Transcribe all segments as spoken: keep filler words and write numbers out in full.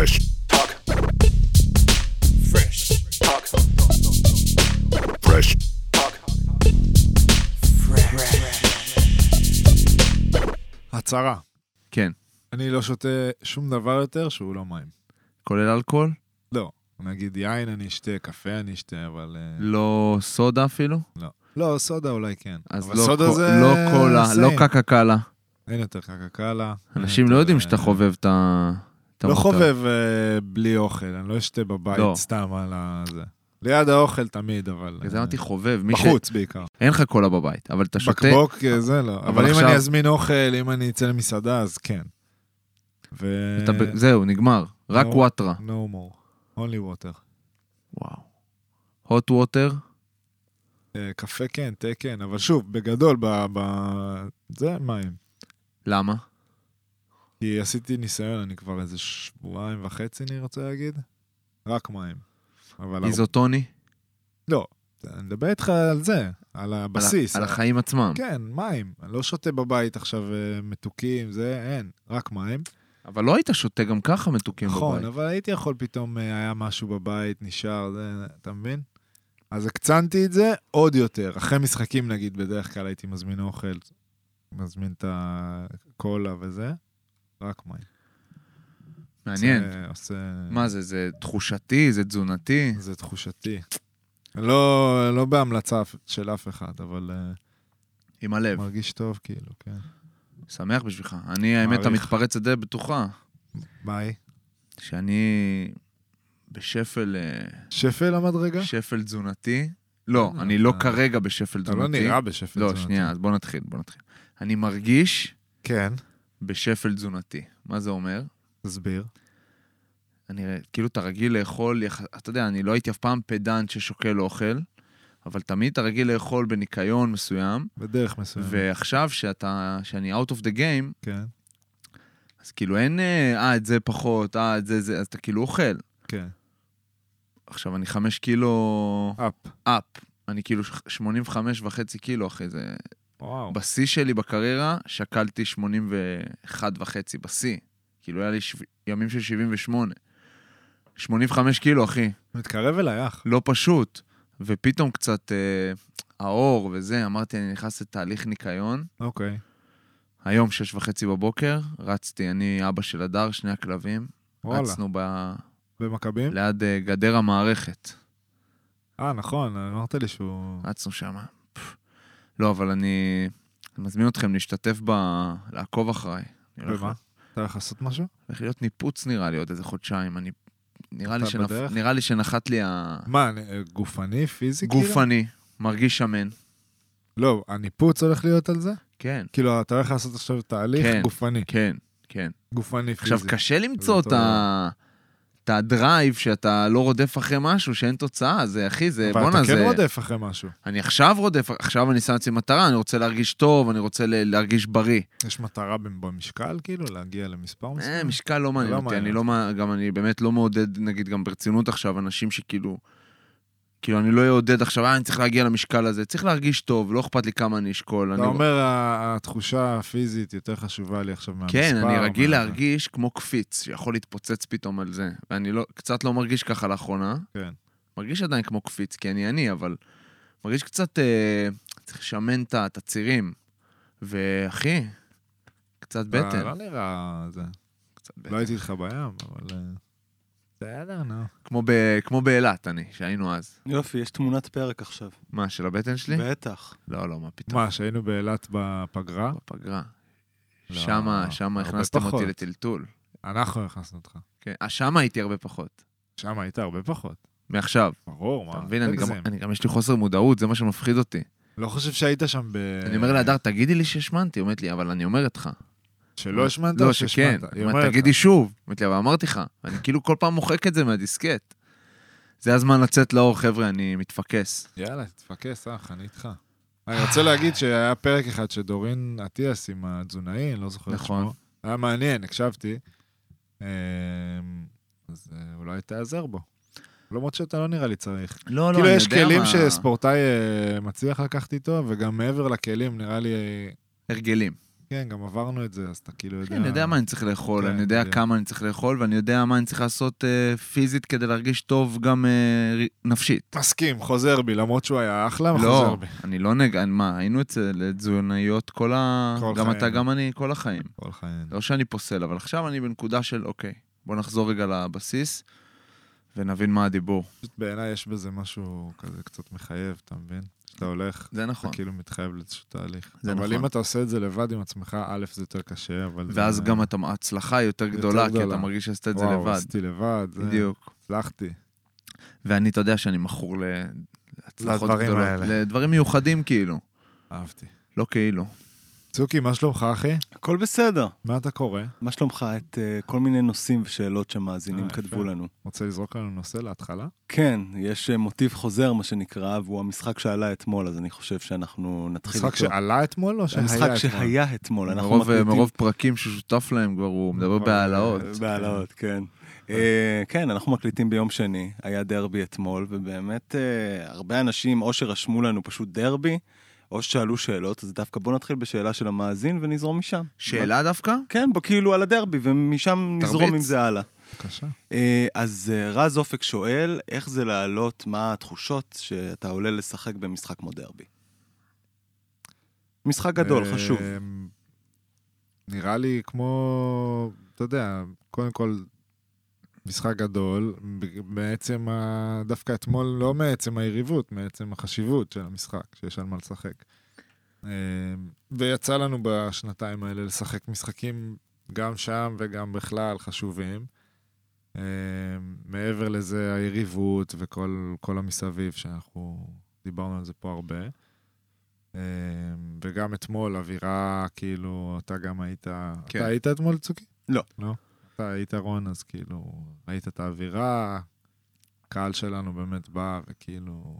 Fresh talk. Fresh talk. Fresh talk. Fresh. הצהרה. כן. אני לא שותה שום דבר יותר שהוא לא מים. כולל אלכוהול? לא. נגיד יין אני אשתה, קפה אני אשתה, אבל... לא סודה אפילו? לא. לא, סודה אולי כן. אז אבל לא, סודה קו, זה... לא קולה, סיין. לא קקה קלה. אין יותר קקה קלה. אנשים לא יודעים שאתה חובב את ה... לא חובב uh, בלי אוכל, אני לא אשתה בבית לא. סתם על זה. ליד האוכל תמיד, אבל... זה אמרתי חובב. בחוץ ש... בעיקר. אין לך קולה בבית, אבל אתה שותה... בקבוק זה לא. אבל, אבל אם עכשיו... אני אזמין אוכל, אם אני אצא למסעדה, אז כן. ו... אתה... זהו, נגמר. רק no, ווטרה. No more. Only water. וואו. hot water? Uh, קפה כן, תה כן, אבל שוב, בגדול, ב... ב... זה מים. למה? כי עשיתי ניסיון, אני כבר איזה שבועיים וחצי, אני רוצה להגיד. רק מים. אבל איזוטוני? לא, אני מדבר איתך על זה, על הבסיס. על, על החיים עצמם. כן, מים. אני לא שותה בבית עכשיו מתוקים, זה אין, רק מים. אבל לא היית שותה גם ככה מתוקים נכון, בבית. נכון, אבל הייתי יכול פתאום, היה משהו בבית, נשאר, זה, אתה מבין? אז הקצנתי את זה עוד יותר. אחרי משחקים, נגיד, בדרך כלל הייתי מזמין אוכל, מזמין את הקולה וזה, רק מים. מעניין. זה עושה... מה זה? זה תחושתי? זה תזונתי? זה תחושתי. לא, לא בהמלצה של אף אחד, אבל... עם הלב. מרגיש טוב, כאילו, כן. שמח בשבילך. אני, האמת, המתפרץ את זה בטוחה. מה היא? שאני בשפל... שפל המדרגה? שפל תזונתי. לא, אני לא כרגע בשפל תזונתי. אתה לא נראה בשפל תזונתי. לא, שנייה, אז בוא נתחיל, בוא נתחיל. אני מרגיש... כן. בשפל תזונתי. מה זה אומר? תסביר. אני, כאילו, אתה רגיל לאכול, אתה יודע, אני לא הייתי אף פעם פדנט ששוקל אוכל, אבל תמיד אתה רגיל לאכול בניקיון מסוים. בדרך מסוים. ועכשיו שאתה, שאני out of the game, כן. אז כאילו אין, אה, את זה פחות, אה, את זה, זה, אז אתה כאילו אוכל. כן. עכשיו, אני חמש קילו... אפ. אפ. אני כאילו שמונים וחמש וחצי קילו, אחי, זה... וואו. בשיא שלי בקריירה, שקלתי שמונים ואחת וחצי בשיא. כאילו, היה לי שו... ימים של שבעים ושמונה. שמונים וחמש קילו, אחי. מתקרב אליי, אח. לא פשוט. ופתאום קצת אה, האור וזה, אמרתי, אני נכנס לתהליך ניקיון. אוקיי. היום שש וחצי בבוקר, רצתי, אני אבא של הדר, שני הכלבים. וואלה. רצנו ב... במכבים? ליד uh, גדר המערכת. אה, נכון, אמרת לי שהוא... רצנו שם. לא, אבל אני... אני מזמין אתכם להשתתף ב... לעקוב אחריי. במה? אתה הולך לעשות משהו? הולך להיות ניפוץ נראה לי עוד איזה חודשיים. אני... נראה, לי שנפ... נראה לי שנחת לי ה... מה, גופני, פיזי? גופני, מרגיש שמן. לא, הניפוץ הולך להיות על זה? כן. כאילו, אתה הולך לעשות עכשיו תהליך כן, גופני. כן, כן. גופני, פיזי. עכשיו, קשה למצוא את ה... את הדרייב שאתה לא רודף אחרי משהו, שאין תוצאה, זה אחי, זה בונה, זה... אבל אתה כן רודף אחרי משהו. אני עכשיו רודף, עכשיו אני שם לעצמי מטרה, אני רוצה להרגיש טוב, אני רוצה להרגיש בריא. יש מטרה במשקל, כאילו, להגיע למספר מסוים? אה, משקל לא מעניין אותי, אני לא, גם אני באמת לא מעודד, נגיד, גם ברצינות עכשיו, אנשים שכאילו, כאילו, אני לא יעודד עכשיו, אה, אני צריך להגיע למשקל הזה, צריך להרגיש טוב, לא אכפת לי כמה אני אשקול. אתה אומר, התחושה הפיזית יותר חשובה לי עכשיו מהמספר. כן, אני רגיל להרגיש כמו קפיץ, שיכול להתפוצץ פתאום על זה, ואני קצת לא מרגיש ככה לאחרונה. כן. מרגיש עדיין כמו קפיץ, כי אני אני, אבל מרגיש קצת, צריך לשמן את הצירים, ואחי, קצת בטן. לא נראה זה. לא הייתי לך בים, אבל... בסדר, נו. כמו באילת, אני, שהיינו אז. יופי, יש תמונת פרק עכשיו. מה, של הבטן שלי? בטח. לא, לא, מה פתאום. מה, שהיינו באילת בפגרה? בפגרה. שמה, שמה הכנסתם אותי לטלטול. אנחנו הכנסנו אותך. כן, שמה הייתי הרבה פחות. שמה היית הרבה פחות. מעכשיו. ברור, מה? אתה מבין, אני גם יש לי חוסר מודעות, זה מה שמפחיד אותי. לא חושב שהיית שם ב... אני אומר להדר, תגידי לי שהשמנתי, אומרת לי, אבל אני אומר איתך. שלא השמנת או שכן. תגידי שוב. אומרת לי, אבל אמרתי לך, אני כאילו כל פעם מוחק את זה מהדיסקט. זה הזמן לצאת לאור, חבר'ה, אני מתפקס. יאללה, תתפקס, אח, אני איתך. אני רוצה להגיד שהיה פרק אחד שדורין עטיאס עם התזונאי, אני לא זוכר את שמו. היה מעניין, הקשבתי. אז אולי תעזר בו. למרות שאתה לא נראה לי צריך. לא, לא, כאילו יש כלים שספורטאי מצליח לקחת איתו, וגם מעבר לכלים נראה לי... הרגלים. כן, גם עברנו את זה, אז אתה כאילו יודע... כן, אני יודע מה אני צריך לאכול, אני יודע כמה אני צריך לאכול, ואני יודע מה אני צריך לעשות פיזית כדי להרגיש טוב גם נפשית. מסכים, חוזר בי, למרות שהוא היה אחלה, חוזר לא, בי. אני לא נגע, מה, היינו אצל תזונאיות כל ה... כל גם חיים. אתה, גם אני, כל החיים. כל חיים. לא שאני פוסל, אבל עכשיו אני בנקודה של, אוקיי, בוא נחזור רגע לבסיס, ונבין מה הדיבור. בעיניי יש בזה משהו כזה קצת מחייב, אתה מבין? שאתה הולך, זה נכון. אתה כאילו מתחייב לאיזשהו תהליך. זה אבל נכון. אם אתה עושה את זה לבד עם עצמך, א' זה יותר קשה, אבל... ואז זה... גם אתה, ההצלחה היא יותר גדולה, כי אתה מרגיש שעשית את זה לבד. וואו, עשיתי לבד. בדיוק. הצלחתי. ואני, אתה יודע שאני מכור להצלחות לדברים גדולות. האלה. לדברים מיוחדים כאילו. אהבתי. לא כאילו. צוקי, מה שלומך, אחי? הכל בסדר. מה אתה קורא? מה שלומך? את uh, כל מיני נושאים ושאלות שמאזינים אה, כתבו יפה. לנו. רוצה לזרוק לנו נושא להתחלה? כן, יש uh, מוטיב חוזר, מה שנקרא, והוא המשחק שעלה אתמול, אז אני חושב שאנחנו נתחיל איתו. משחק שעלה אתמול או שהיה המשחק אתמול? שהיה אתמול. אנחנו מרוב, מקליטים... מרוב פרקים ששותף להם כבר, הוא מדבר בהעלאות. בהעלאות, כן. Uh, כן, אנחנו מקליטים ביום שני, היה דרבי אתמול, ובאמת uh, הרבה אנשים או שרשמו לנו פשוט דרבי, או ששאלו שאלות, אז דווקא בוא נתחיל בשאלה של המאזין ונזרום משם. שאלה דווקא? כן, כאילו על הדרבי, ומשם נזרום עם זה הלאה. בבקשה. אז רז אופק שואל, איך זה לעלות, מה התחושות שאתה עולה לשחק במשחק כמו דרבי? משחק גדול, חשוב. נראה לי כמו, אתה יודע, קודם כל, משחק גדול, בעצם, דווקא אתמול לא מעצם היריבות, מעצם החשיבות של המשחק, שיש על מה לשחק. ויצא לנו בשנתיים האלה לשחק משחקים גם שם וגם בכלל חשובים. מעבר לזה, היריבות וכל כל המסביב שאנחנו דיברנו על זה פה הרבה. וגם אתמול, אווירה, כאילו, אתה גם היית... כן. אתה היית אתמול, צוקי? לא. לא? אתה היית רון, אז כאילו, ראית את האווירה, הקהל שלנו באמת בא, וכאילו,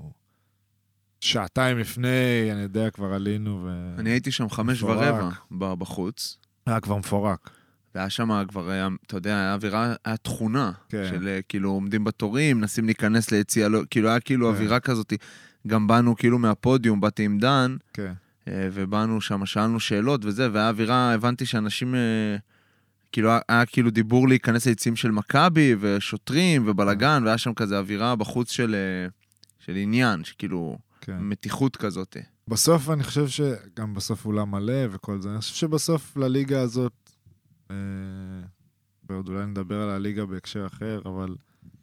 שעתיים לפני, אני יודע, כבר עלינו, ו... אני הייתי שם חמש ורבע בחוץ. היה כבר מפורק. והיה שם כבר, היה, אתה יודע, היה אווירה, היה תכונה, כן. של כאילו עומדים בתורים, נסים להיכנס ליציאה, כאילו היה כאילו כן. אווירה כזאת, גם באנו כאילו מהפודיום, באתי עם דן, כן. ובאנו שם, שאלנו שאלות וזה, והיה אווירה, הבנתי שאנשים... כאילו, היה כאילו דיבור להיכנס ליציאים של מכבי, ושוטרים, ובלגן, והיה שם כזה אווירה בחוץ של, של עניין, שכאילו, כן. מתיחות כזאת. בסוף אני חושב שגם בסוף אולם מלא וכל זה, אני חושב שבסוף לליגה הזאת, אה, ועוד אולי נדבר על הליגה בהקשר אחר, אבל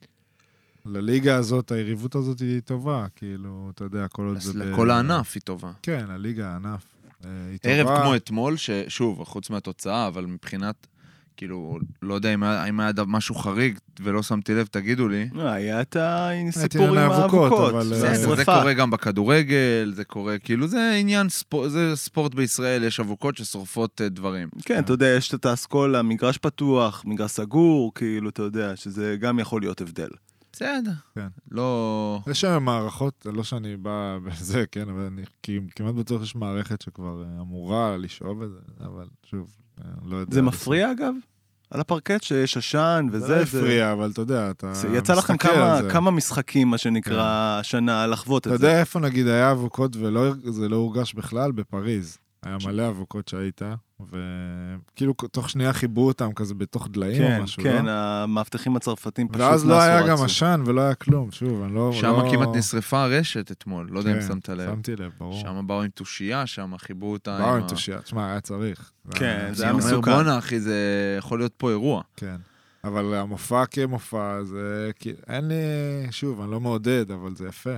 לליגה הזאת, היריבות הזאת היא טובה, כאילו, אתה יודע, כל עוד זה... לכל ב... הענף היא טובה. כן, הליגה, הענף, אה, היא טובה. ערב כמו אתמול, ששוב, חוץ מהתוצאה, אבל מבחינת... כאילו, לא יודע אם היה, אם היה משהו חריג ולא שמתי לב, תגידו לי. היה את הסיפור עם האבוקות. זה, זה קורה גם בכדורגל, זה קורה, כאילו, זה עניין, ספור, זה ספורט בישראל, יש אבוקות ששורפות דברים. כן, אתה יודע, יש את האסכולה, מגרש פתוח, מגרש סגור, כאילו, אתה יודע, שזה גם יכול להיות הבדל. בסדר. כן. לא... יש שם מערכות, לא שאני בא בזה, כן, אבל אני כמעט בצורך יש מערכת שכבר אמורה לשאוב את זה, אבל שוב, לא יודע. זה מפריע אגב? על הפרקט שיש עשן וזה... זה לא הפריע, אבל אתה יודע, אתה... יצא לכם כמה משחקים, מה שנקרא, השנה, לחוות את זה. אתה יודע איפה נגיד היה אבוקות וזה לא הורגש בכלל? בפריז. היה מלא אבוקות שהיית, וכאילו תוך שנייה חיברו אותם כזה בתוך דליים או משהו, לא? כן, המאבטחים הצרפתים פשוט ואז לא היה גם עשן ולא היה כלום, שוב, אני לא... שם כמעט נשרפה הרשת אתמול, לא יודע אם שמת לב. שמתי לב, ברור. שם באו עם תושייה, שם חיברו אותה עם... באו עם תושייה, תשמע, היה צריך. כן, זה היה מסוכן. בונה, אחי, זה יכול להיות פה אירוע. כן, אבל המופע כמופע, זה... אין לי... שוב, אני לא מעודד, אבל זה יפה.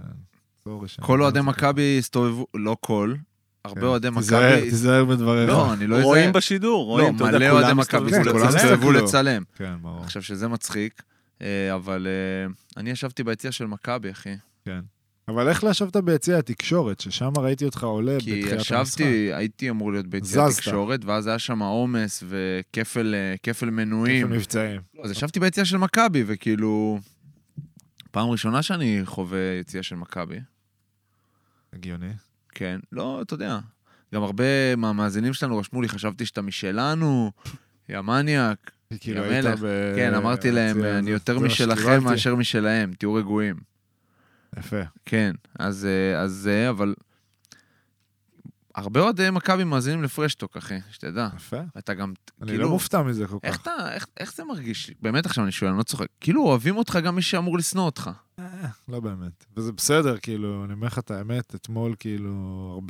כל אוהדי מכבי הסתובבו, לא כל... הרבה אוהדי מכבי... תיזהר בדבריך. לא, אני לא יודע... רואים בשידור, רואים, לא, מלא אוהדי מכבי, כולם הסתובבו לצלם. כן, ברור. עכשיו שזה מצחיק, אבל אני ישבתי ביציאה של מכבי, אחי. כן. אבל איך לא ישבת ביציאה התקשורת, ששם ראיתי אותך עולה בתחילת המשחק? כי ישבתי, הייתי אמור להיות ביציאה התקשורת, ואז היה שם עומס וכפל מנויים. כפל מבצעים. אז ישבתי ביציאה של מכבי, וכאילו... פעם ראשונה שאני חווה יציאה של מכבי. הגיוני. כן, לא, אתה יודע. גם הרבה מהמאזינים שלנו רשמו לי, חשבתי שאתה משלנו, יא מניאק, יא מלך. כן, אמרתי להם, אני יותר משלכם מאשר משלהם, תהיו רגועים. יפה. כן, אז זה, אבל הרבה עוד מכבי מאזינים לפרשטוק, אחי, שתדע. יפה. אתה גם, אני כאילו... לא מופתע מזה כל איך כך. אתה, איך, איך זה מרגיש? באמת עכשיו אני שואל, אני לא צוחק. כאילו אוהבים אותך גם מי שאמור לשנוא אותך. אה, לא באמת. וזה בסדר, כאילו, אני אומר לך את האמת, אתמול, כאילו, הרבה...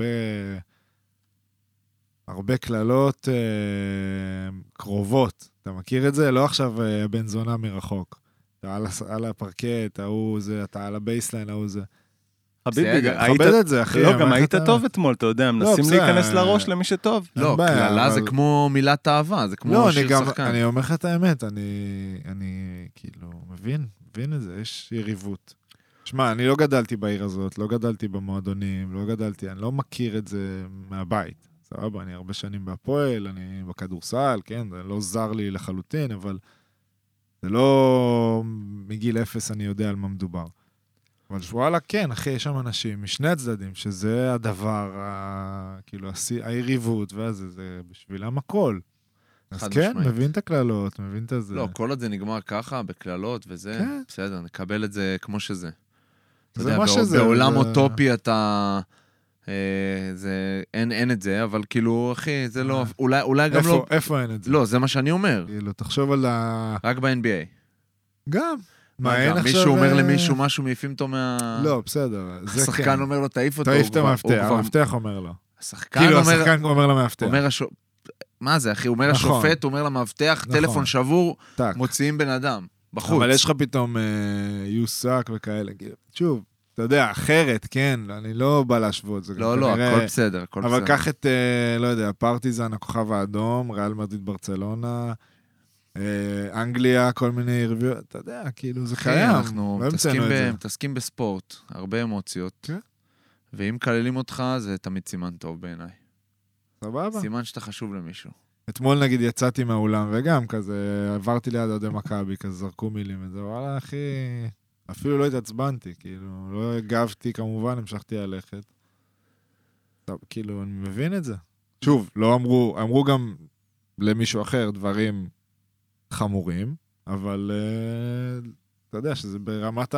הרבה כללות אה, קרובות. אתה מכיר את זה? לא עכשיו אה, בן זונה מרחוק. אתה על, על הפרקט, ההוא זה, אתה על הבייסליין, ההוא זה. חביבי, תכבד את זה, אחי. לא, גם היית אתה... טוב אתמול, אתה יודע, מנסים בסדר. להיכנס לראש למי שטוב. לא, בעיה, כללה זה אבל- כמו מילת אהבה, זה כמו לא, אני שיר גם, שחקן. אני אומר לך את האמת, אני, אני כאילו מבין, מבין את זה, יש יריבות. שמע, אני לא גדלתי בעיר הזאת, לא גדלתי במועדונים, לא גדלתי, אני לא מכיר את זה מהבית. סבבה, אני הרבה שנים בהפועל, אני בכדורסל, כן, זה לא זר לי לחלוטין, אבל זה לא מגיל אפס אני יודע על מה מדובר. אבל וואלה, כן, אחי, יש שם אנשים משני הצדדים, שזה הדבר, ה... כאילו, השיא- היריבות, וזה, זה בשבילם הכל. אז חד כן, משמעית. מבין את הכללות, מבין את זה. לא, כל עוד זה נגמר ככה, בכללות וזה, כן. בסדר, נקבל את זה כמו שזה. אתה זה יודע, מה בא- שזה, בעולם זה- אוטופי אתה... אה, זה, אין, אין את זה, אבל כאילו, אחי, זה לא... אה. אולי, אולי גם איפה, לא... איפה אין את זה? לא, זה מה שאני אומר. כאילו, תחשוב על ה... רק ב-אן בי איי. גם. מה, אין גם עכשיו, מישהו אומר אה, למישהו משהו, מעיפים אותו מה... לא, בסדר, זה כן. השחקן אומר לו, תעיף אותו. תעיף הוא את כבר- המאבטח, הוא כבר- המאבטח אומר לו. השחקן כאילו, אומר... השחקן אומר למאבטח. אומר השופט... מה זה, אחי? הוא אומר נכון. לשופט, הוא אומר למאבטח, נכון. טלפון שבור, טק. מוציאים בן אדם. בחוץ. אבל יש לך פתאום יוסק וכאלה. כאילו, שוב, אתה יודע, אחרת, כן, אני לא בא להשוות. זה גם לא, לא, כנראה- הכל בסדר, הכל בסדר. אבל קח את, אה, לא יודע, פרטיזן, הכוכב האדום, ריאל מדריד ברצלונה, אה, אנגליה, כל מיני יריביות, אתה יודע, כאילו, זה אחי, קיים. אנחנו לא מתעסקים המצאנו את ב- זה. מתעסקים בספורט, הרבה אמוציות. כן. ואם מקללים אותך, זה תמיד סימן טוב בעיניי. סבבה. סימן שאתה חשוב למישהו. אתמול נגיד יצאתי מהאולם, וגם כזה, עברתי ליד אוהדי מכבי, כזה זרקו מילים וזה, וואלה, אחי, אפילו לא התעצבנתי, כאילו, לא הגבתי, כמובן, המשכתי ללכת. טוב, כאילו, אני מבין את זה. שוב, לא אמרו, אמרו גם למישהו אחר דברים חמורים, אבל uh, אתה יודע שזה ברמת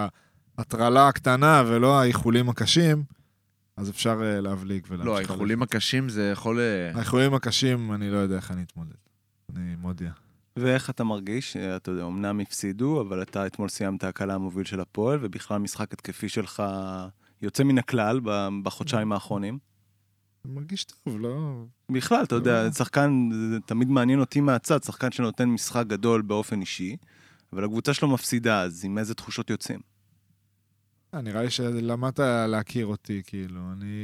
ההטרלה הקטנה ולא האיחולים הקשים, אז אפשר uh, להבליג ולהמשיך. לא, האיחולים הקשים זה יכול... אה, האיחולים הקשים, אני לא יודע איך אני אתמודד. אני מודיע. ואיך אתה מרגיש? אתה יודע, אמנם הפסידו, אבל אתה אתמול סיימת הקלה המוביל של הפועל, ובכלל משחק התקפי שלך יוצא מן הכלל ב- בחודשיים האחרונים. אני מרגיש טוב, לא... בכלל, אתה יודע, לא. שחקן, זה תמיד מעניין אותי מהצד, שחקן שנותן משחק גדול באופן אישי, אבל הקבוצה שלו מפסידה, אז עם איזה תחושות יוצאים? אה, נראה לי שלמדת להכיר אותי, כאילו, אני...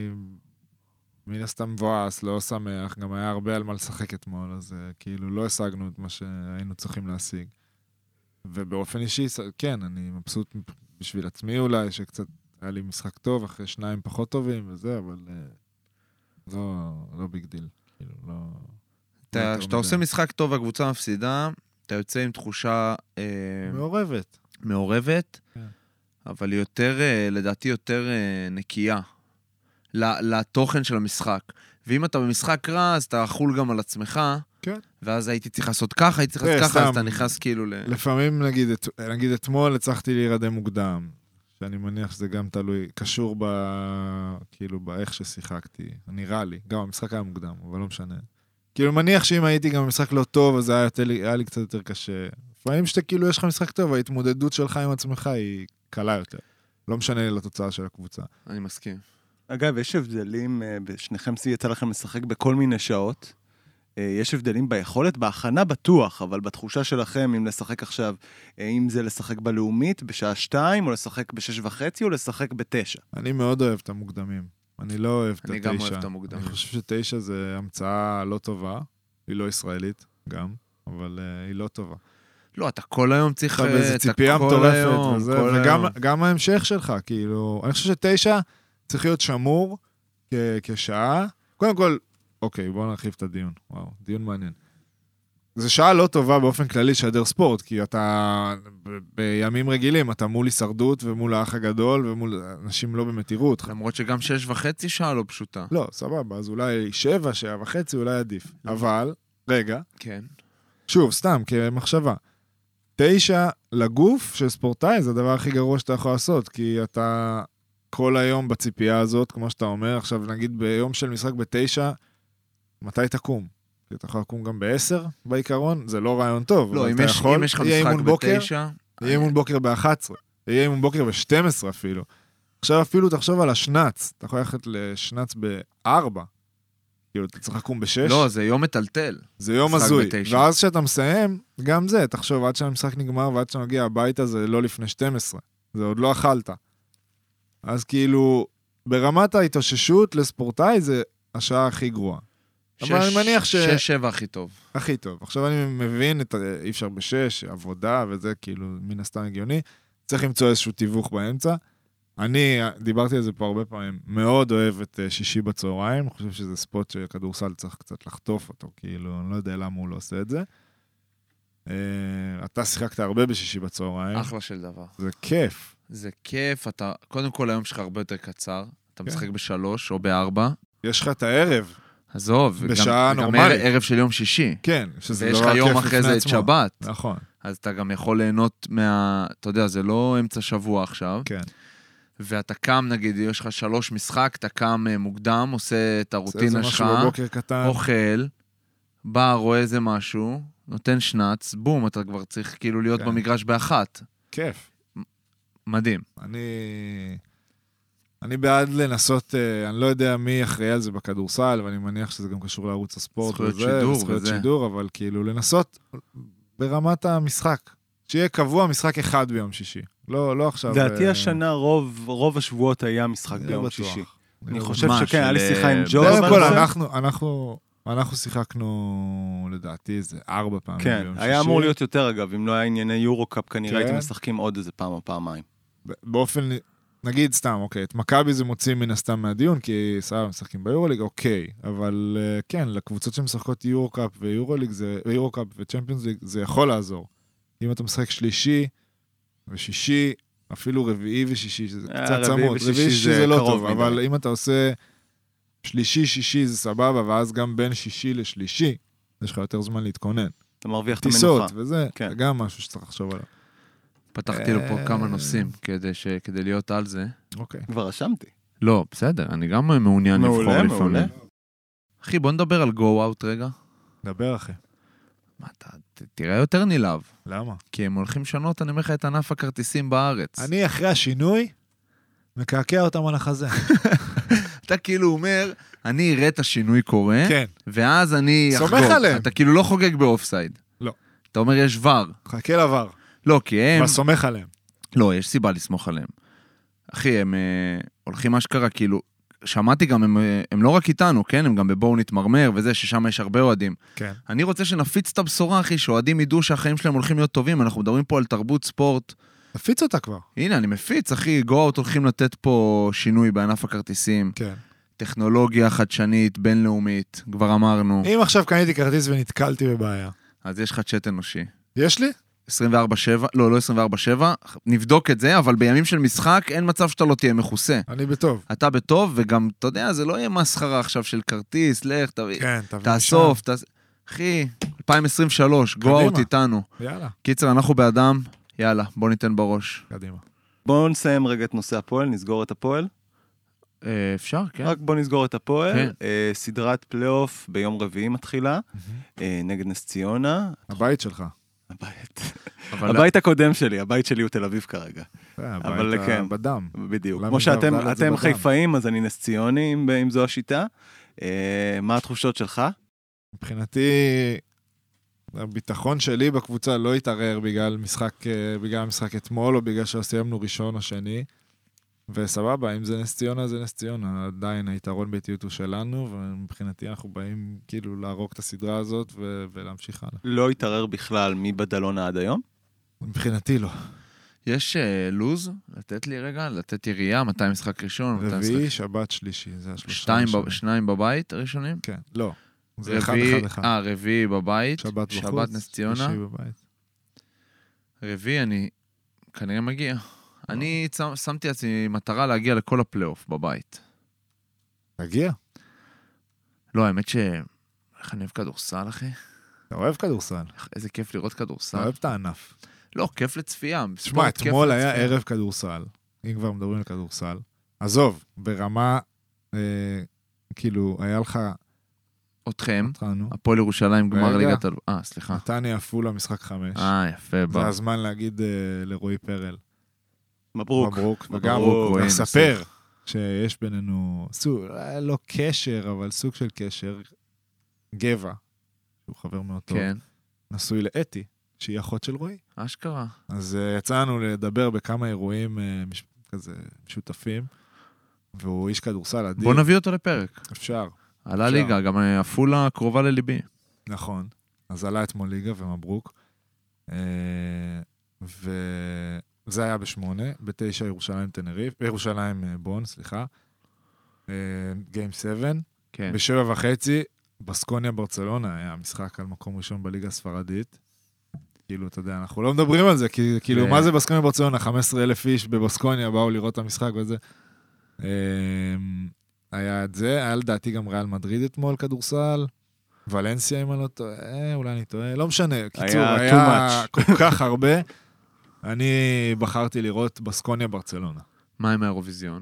מן הסתם מבואס, לא שמח, גם היה הרבה על מה לשחק אתמול, אז uh, כאילו לא השגנו את מה שהיינו צריכים להשיג. ובאופן אישי, כן, אני מבסוט בשביל עצמי אולי, שקצת היה לי משחק טוב, אחרי שניים פחות טובים וזה, אבל uh, לא, לא ביג דיל. כאילו, לא... אתה- כשאתה עושה משחק טוב והקבוצה מפסידה, אתה יוצא עם תחושה אה, מעורבת. מעורבת, כן. אבל היא יותר, אה, לדעתי, יותר אה, נקייה ל- לתוכן של המשחק. ואם אתה במשחק רע, אז אתה חול גם על עצמך, כן. ואז הייתי צריך לעשות ככה, הייתי צריך אה, לעשות ככה, אז סתם. אתה נכנס כאילו ל... לפעמים, נגיד, את- נגיד אתמול הצלחתי להירדם מוקדם, שאני מניח שזה גם תלוי, קשור ב... כאילו, באיך ששיחקתי, נראה לי, גם המשחק היה מוקדם, אבל לא משנה. כאילו, מניח שאם הייתי גם במשחק לא טוב, אז היה, יותר, היה לי קצת יותר קשה. לפעמים שאתה כאילו, יש לך משחק טוב, ההתמודדות שלך עם עצמך היא קלה יותר. לא משנה לי לתוצאה של הקבוצה. אני מסכים. אגב, יש הבדלים, אה, שניכם יצא לכם לשחק בכל מיני שעות. אה, יש הבדלים ביכולת, בהכנה בטוח, אבל בתחושה שלכם, אם לשחק עכשיו, אה, אם זה לשחק בלאומית בשעה שתיים, או לשחק בשש וחצי, או לשחק בתשע. אני מאוד אוהב את המוקדמים. אני לא אוהב את אני התשע. גם אוהב את המוקדמים. אני חושב שתשע זה המצאה לא טובה. היא לא ישראלית, גם, אבל uh, היא לא טובה. לא, אתה כל היום צריך... אתה באיזו אתה ציפייה כל מטורפת, היום, וזה, כל וגם היום. גם ההמשך שלך, כאילו, אני חושב שתשע צריך להיות שמור כ- כשעה. קודם כל, אוקיי, בואו נרחיב את הדיון. וואו, דיון מעניין. זו שעה לא טובה באופן כללי לשדר ספורט, כי אתה ב- בימים רגילים, אתה מול הישרדות ומול האח הגדול, ומול אנשים לא באמת יראו אותך. למרות שגם שש וחצי שעה לא פשוטה. לא, סבבה, אז אולי שבע, שעה וחצי, אולי עדיף. אבל, רגע, כן. שוב, סתם, כמחשבה. תשע לגוף של ספורטאי זה הדבר הכי גרוע שאתה יכול לעשות, כי אתה כל היום בציפייה הזאת, כמו שאתה אומר, עכשיו נגיד ביום של משחק בתשע, מתי תקום? אתה יכול לקום גם בעשר בעיקרון, זה לא רעיון טוב. לא, אם יש, יכול, אם יש לך משחק בתשע... יהיה אימון בוקר ב-אחת עשרה, יהיה אימון בוקר ב-שתים עשרה אפילו. עכשיו אפילו תחשוב על השנץ, אתה יכול ללכת לשנץ ב-ארבע, כאילו אתה צריך לקום ב-שש. לא, זה יום מטלטל. זה יום הזוי, ואז כשאתה מסיים, גם זה, תחשוב, עד שהמשחק נגמר ועד שנגיע הביתה, זה לא לפני שתים עשרה, זה עוד לא אכלת. אז כאילו, ברמת ההתאוששות לספורטאי, זה השעה הכי גרועה. אבל אני מניח ש... שש, שבע הכי טוב. הכי טוב. עכשיו אני מבין, את... אי אפשר בשש, עבודה וזה כאילו מן הסתם הגיוני. צריך למצוא איזשהו תיווך באמצע. אני, דיברתי על זה פה הרבה פעמים, מאוד אוהב את שישי בצהריים. אני חושב שזה ספוט שכדורסל צריך קצת לחטוף אותו, כאילו, אני לא יודע למה הוא לא עושה את זה. אתה שיחקת הרבה בשישי בצהריים. אחלה של דבר. זה כיף. זה כיף, אתה... קודם כל היום שלך הרבה יותר קצר. אתה משחק בשלוש או בארבע. יש לך את הערב. עזוב, בשעה וגם, נורמלית. וגם ערב של יום שישי. כן, שזה ויש לא לך רק יום כיף אחרי לפני זה את עצמו. שבת. נכון. אז אתה גם יכול ליהנות מה... אתה יודע, זה לא אמצע שבוע עכשיו. כן. ואתה קם, נגיד, יש לך שלוש משחק, אתה קם מוקדם, עושה את הרוטינה שלך, משהו בבוקר קטן. אוכל, בא, רואה איזה משהו, נותן שנץ, בום, אתה כבר צריך כאילו להיות כן. במגרש באחת. כיף. מדהים. אני... אני בעד לנסות, אני לא יודע מי אחראי על זה בכדורסל, ואני מניח שזה גם קשור לערוץ הספורט זכויות וזה, שידור זכויות וזה. שידור, אבל כאילו לנסות ברמת המשחק. שיהיה קבוע משחק אחד ביום שישי. לא, לא עכשיו... דעתי אה, השנה רוב, רוב השבועות היה משחק לא ביום בטוח. שישי. לא אני בטוח. חושב מה, שכן, היה לי של- שיחה עם ג'ו. קודם כל, בנושא. אנחנו, אנחנו, אנחנו שיחקנו, לדעתי, איזה ארבע פעמים כן, ביום שישי. היה אמור להיות יותר אגב, אם לא היה ענייני יורו-קאפ, כנראה כן. הייתם משחקים עוד איזה פעם או פעמיים. באופן, נגיד סתם, אוקיי, את מכבי זה מוצאים מן הסתם מהדיון, כי סבבה, משחקים ביורוליג, אוקיי, אבל אה, כן, לקבוצות שמשחקות יורו-קאפ ויורוליג, זה, ויורו-קאפ וצ'מפיונס ליג, זה יכול לעזור. אם אתה משחק שלישי ושישי, אפילו רביעי ושישי, שזה אה, קצת רביעי צמוד, ושישי רביעי ושישי זה זה לא קרוב טוב, מדי. אבל אם אתה עושה שלישי, שישי זה סבבה, ואז גם בין שישי לשלישי, יש לך יותר זמן להתכונן. אתה מרוויח את המנוחה. טיסות וזה, כן. זה גם משהו שצריך לחשוב עליו. פתחתי לו פה אה. כמה נושאים כדי, ש... כדי להיות על זה. אוקיי. כבר רשמתי. לא, בסדר, אני גם מעוניין לבחור מעולה, לפעמים. מעולה. אחי, בוא נדבר על גו אאוט רגע. דבר אחי. מה, אתה ת- תראה יותר נלהב. למה? כי הם הולכים לשנות, אני אומר לך, את ענף הכרטיסים בארץ. אני אחרי השינוי, מקעקע אותם על החזה. אתה כאילו אומר, אני אראה את השינוי קורה, כן. ואז אני סומך אחגוג. עליהם. אתה כאילו לא חוגג באופסייד. לא. אתה אומר, יש ור. חכה לעבר. לא, כי הם... אבל סומך עליהם. לא, יש סיבה לסמוך עליהם. אחי, הם אה, הולכים אשכרה, כאילו, שמעתי גם, הם, אה, הם לא רק איתנו, כן? הם גם בבואו נתמרמר וזה, ששם יש הרבה אוהדים. כן. אני רוצה שנפיץ את הבשורה, אחי, שאוהדים ידעו שהחיים שלהם הולכים להיות טובים. אנחנו מדברים פה על תרבות ספורט. תפיץ אותה כבר. הנה, אני מפיץ, אחי, גו-אוט הולכים לתת פה שינוי בענף הכרטיסים. כן. טכנולוגיה חדשנית, בינלאומית, כבר אמרנו. אם עכשיו קניתי כרטיס ונתקלתי בבעיה, אז יש לך צ'אט אנושי. יש לי? עשרים וארבע שבע, לא, לא עשרים וארבע שבע, נבדוק את זה, אבל בימים של משחק אין מצב שאתה לא תהיה מכוסה. אני בטוב. אתה בטוב, וגם, אתה יודע, זה לא יהיה מסחרה עכשיו של כרטיס, לך, תביא, כן, תביא תאסוף, תאס... אחי, אלפיים עשרים ושלוש, גו-אוט קדימה. איתנו. יאללה, קיצר, אנחנו באדם, יאללה, בוא ניתן בראש. קדימה. בואו נסיים רגע את נושא הפועל, נסגור את הפועל. אה, אפשר, כן? רק בואו נסגור את הפועל. כן. אה, סדרת פלייאוף ביום רביעי מתחילה, אה, נגד נס ציונה. הבית שלך. הבית. אבל הבית הקודם שלי, הבית שלי הוא תל אביב כרגע. זה אבל הבית כן. בדם. בדיוק. למה כמו זה שאתם עבדה לזה אתם בדם? חיפאים, אז אני נס ציוני, אם אם זו השיטה. אה, מה התחושות שלך? מבחינתי, הביטחון שלי בקבוצה לא התערער בגלל משחק, אה, בגלל המשחק אתמול, או בגלל שסיימנו ראשון או שני. וסבבה, אם זה נס ציונה, זה נס ציונה. עדיין היתרון באיטיות הוא שלנו, ומבחינתי אנחנו באים כאילו להרוג את הסדרה הזאת ו- ולהמשיך הלאה. לא התערער בכלל מבדלונה עד היום? מבחינתי לא. יש אה, לוז, לתת לי רגע, לתת ירייה, מתי משחק ראשון, מתי רביעי, משחק... שבת, שלישי, זה השלושה. שתיים, ב... הראשונים. שניים בבית הראשונים? כן, לא. זה אחד, רביעי, אחד, אחד. אה, רביעי בבית, שבת בחוץ, שבת נס ציונה, שלישי בבית. רביעי אני כנראה מגיע. אני צ- שמתי לעצמי מטרה להגיע לכל הפלייאוף בבית. תגיע. לא, האמת ש... איך אני אוהב כדורסל, אחי? אתה אוהב כדורסל. איך- איזה כיף לראות אתה כדורסל. אוהב את הענף. לא, כיף לצפייה. תשמע, ספורט, כיף אתמול היה לצפייה. ערב כדורסל. אם כבר מדברים על כדורסל. עזוב, ברמה, אה, כאילו, היה לך... אתכם, אותנו, הפועל ירושלים גמר רגע. ליגת... אל- אה, סליחה. נתניה עפולה משחק חמש. אה, יפה, זה בוא. הזמן להגיד אה, לרועי פרל. מברוק. מברוק. וגם מברוק, רועי, לספר שיש בינינו, סוג, לא קשר, אבל סוג של קשר, גבע, שהוא חבר מאוד טוב, כן, נשוי לאתי, שהיא אחות של רועי. אשכרה. אז uh, יצאנו לדבר בכמה אירועים uh, מש... כזה משותפים, והוא איש כדורסל אדיר. בוא נביא אותו לפרק. אפשר. עלה אפשר. ליגה, גם עפולה קרובה לליבי. נכון. אז עלה אתמול ליגה ומברוק. Uh, וזה היה בשמונה, בתשע ירושלים תנריף, ירושלים uh, בון, סליחה. גיים uh, שבע. כן. בשבע וחצי, בסקוניה ברצלונה היה משחק על מקום ראשון בליגה הספרדית. כאילו, אתה יודע, אנחנו לא מדברים על זה, כי, כאילו, מה זה בסקוניה ברצלונה? חמישה עשר אלף איש בבסקוניה באו לראות את המשחק וזה. היה את זה, היה לדעתי גם ריאל מדריד אתמול כדורסל, ולנסיה, אם אני לא טועה, אולי אני טועה, לא משנה. קיצור, היה כל כך הרבה. אני בחרתי לראות בסקוניה ברצלונה. מה עם האירוויזיון?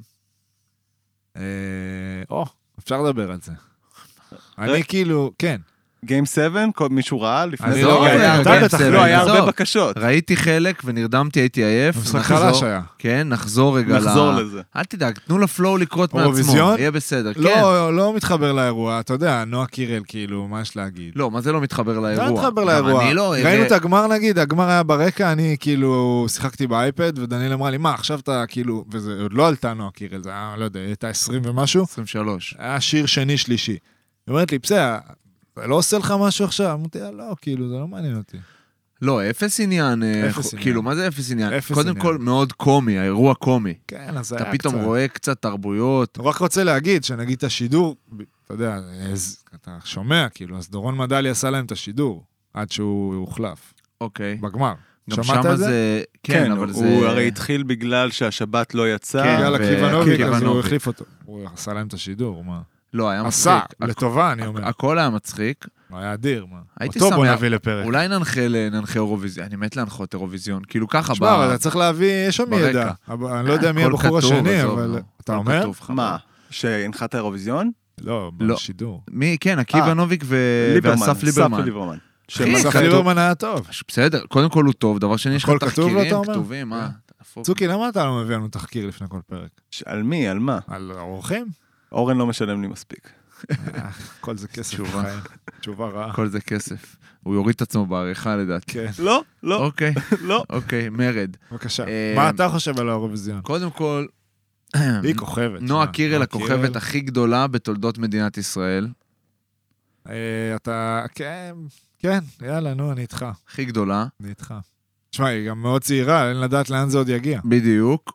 או, אפשר לדבר על זה. אני כאילו, כן. גיים שבע, מישהו ראה לפני אני זה? לא ראיתי, אתה בטח לא, היה עזוב. הרבה בקשות. ראיתי חלק ונרדמתי, הייתי עייף. משחק נחזור- חלש היה. כן, נחזור רגע ל... נחזור לזה. אל תדאג, תנו לפלואו לקרות מעצמו. אירוויזיון? יהיה בסדר, כן. לא, לא מתחבר לאירוע, אתה יודע, נועה קירל, כאילו, מה יש להגיד? לא, מה זה לא מתחבר לאירוע? לא מתחבר גם לאירוע. אני לא... ראינו את הגמר, נגיד, הגמר היה ברקע, אני כאילו שיחקתי באייפד, ודניאל אמרה לי, מה, עכשיו אתה כאילו, וזה עוד לא עלתה נועה קירל, זה היה, לא יודע, הייתה עשרים ומשהו, עשרים ושלוש. היה שיר שני, שלישי. היא אומרת לי, בסדר, זה לא עושה לך משהו עכשיו? אמרתי, לא, כאילו, זה לא מעניין אותי. לא, אפס עניין. אה, אפס ח- עניין. כאילו, מה זה אפס עניין? אפס קודם עניין. כל, מאוד קומי, האירוע קומי. כן, אז היה אתה קצת. פתאום רואה קצת תרבויות. הוא רק רוצה להגיד, שנגיד את השידור, אתה יודע, אז, אתה שומע, כאילו, אז דורון מדלי עשה להם את השידור, עד שהוא הוחלף, אוקיי. בגמר. גם שמעת שמה את זה? זה... כן, אבל זה... הוא הרי התחיל בגלל שהשבת לא יצא. כן, בגלל ו- הקיבנוביק, אז הוא קיבנוביק. החליף אותו. הוא עשה להם את השידור, מה? לא, היה עשה, מצחיק. הכ- לטובה, אני אומר. הכל היה מצחיק. הוא היה אדיר, מה? הייתי אותו בוא שמח. נביא לפרק. אולי ננחה ל- ננחה אירוויזיון. אני מת להנחות אירוויזיון. כאילו ככה... תשמע, ב- אבל אתה צריך להביא, יש שם ברקע. ידע. אבל אני לא יודע מי הכל הבחור כתוב, השני, עזוב, אבל... נו. אתה הכל אומר? כתוב לך. מה? שהנחת האירוויזיון? לא, לא. בשידור. מי? כן, עקיבא נוביק ו- ליברמן. ואסף ליברמן. אסף ליברמן. אחי, אסף כתוב- ליברמן היה טוב. בסדר, קודם כל הוא טוב, דבר שני יש לך הכל כתוב לו, אתה תחקירים אומר? כתובים, מה? תהפוך. צוקי, למה אתה לא מביא לנו תחקיר לפני כל פרק? ש- על מי? על מה? על האורחים? אורן לא משלם לי מספיק. אה, כל זה כסף תשובה. בחיים. תשובה רעה. כל זה כסף. הוא יוריד את עצמו בעריכה לדעתי. כן, לא, לא, אוקיי, לא. אוקיי, מרד. בבקשה. אה, מה אתה חושב על האירוויזיון? קודם כל, היא כוכבת. נועה שמע, קירל נועה הכוכבת קירל. הכי גדולה בתולדות מדינת ישראל. אה, אתה, כן, כן, יאללה, נו, אני איתך. הכי גדולה, אני איתך. תשמע, היא גם מאוד צעירה, אין לדעת לאן זה עוד יגיע. בדיוק,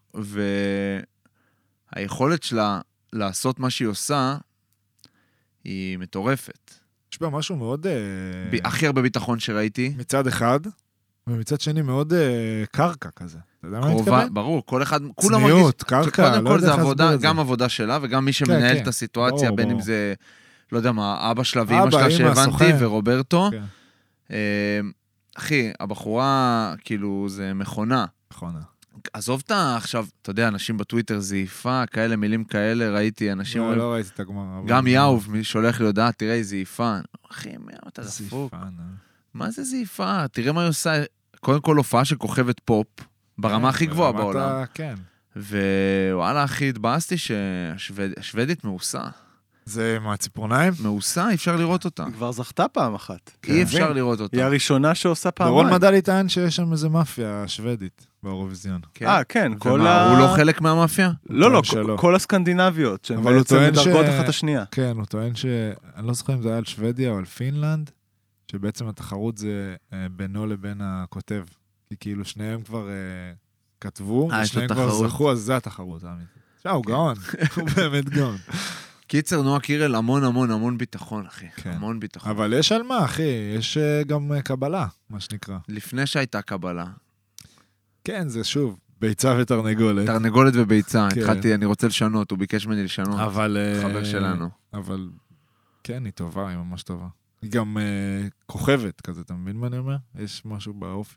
והיכולת שלה לעשות מה שהיא עושה, היא מטורפת. יש בה משהו מאוד... אה, ב- הכי הרבה ביטחון שראיתי. מצד אחד, ומצד שני מאוד אה, קרקע כזה. אתה יודע מה אני קרובה, מתכוון? ברור, כל אחד, כולם צניעות, מרגיש, קרקע, קודם לא כל יודע זה איך עבודה, להסביר את זה. גם עבודה שלה, וגם מי שמנהל כן. את הסיטואציה, ברור, בין אם ברור. זה, לא יודע מה, אבא שלה ואמא אבא, שלה אמא, שהבנתי, סוכן. ורוברטו. כן. אה, אחי, הבחורה, כאילו, זה מכונה. נכון. עזוב את עכשיו, אתה יודע, אנשים בטוויטר זעיפה, כאלה מילים כאלה, ראיתי אנשים... לא, אומרים- לא ראיתי את הגמר. אבל- גם יאוב, מי שולח לי הודעה, תראה, היא זעיפה. אחי, מה אתה דפוק? זיפה, נו. מה זה זעיפה? תראה מה היא עושה. קודם כל, הופעה של כוכבת פופ, ברמה הכי גבוהה ברמת בעולם. ה- כן. ווואלה, אחי, התבאסתי שהשוודית מעושה. זה מהציפורניים? מעושה, אי אפשר לראות אותה. היא כבר זכתה פעם אחת. אי אפשר לראות אותה. היא הראשונה שעושה פעמיים. דורון מדלי טען שיש שם איזה מאפיה שוודית באירוויזיון. כן. אה, כן, כל ומה, ה... הוא לא חלק מהמאפיה? לא, לא, טוען שלא. כל הסקנדינביות, שהן אבל הוא בעצם טוען מדרגות ש- אחת השנייה. כן, הוא טוען ש... אני לא זוכר אם זה היה על שוודיה או על פינלנד, שבעצם התחרות זה אה, בינו לבין הכותב. כי כאילו שניהם כבר אה, כתבו, אה, יש לו ושניהם כבר תחרות. זכו, אז זה התחרות האמיתית. עכשיו, הוא גאון, הוא באמת גאון. קיצר, נועה קירל, המון המון המון ביטחון, אחי. כן. המון ביטחון. אבל יש על מה, אחי, יש אה, גם אה, קבלה, מה שנקרא. לפני שהייתה קבלה, כן, זה שוב, ביצה ותרנגולת. תרנגולת וביצה, כן. התחלתי, אני רוצה לשנות, הוא ביקש ממני לשנות. אבל... אה, חבר שלנו. אבל כן, היא טובה, היא ממש טובה. היא גם אה, כוכבת כזה, אתה מבין מה אני אומר? יש משהו באופי.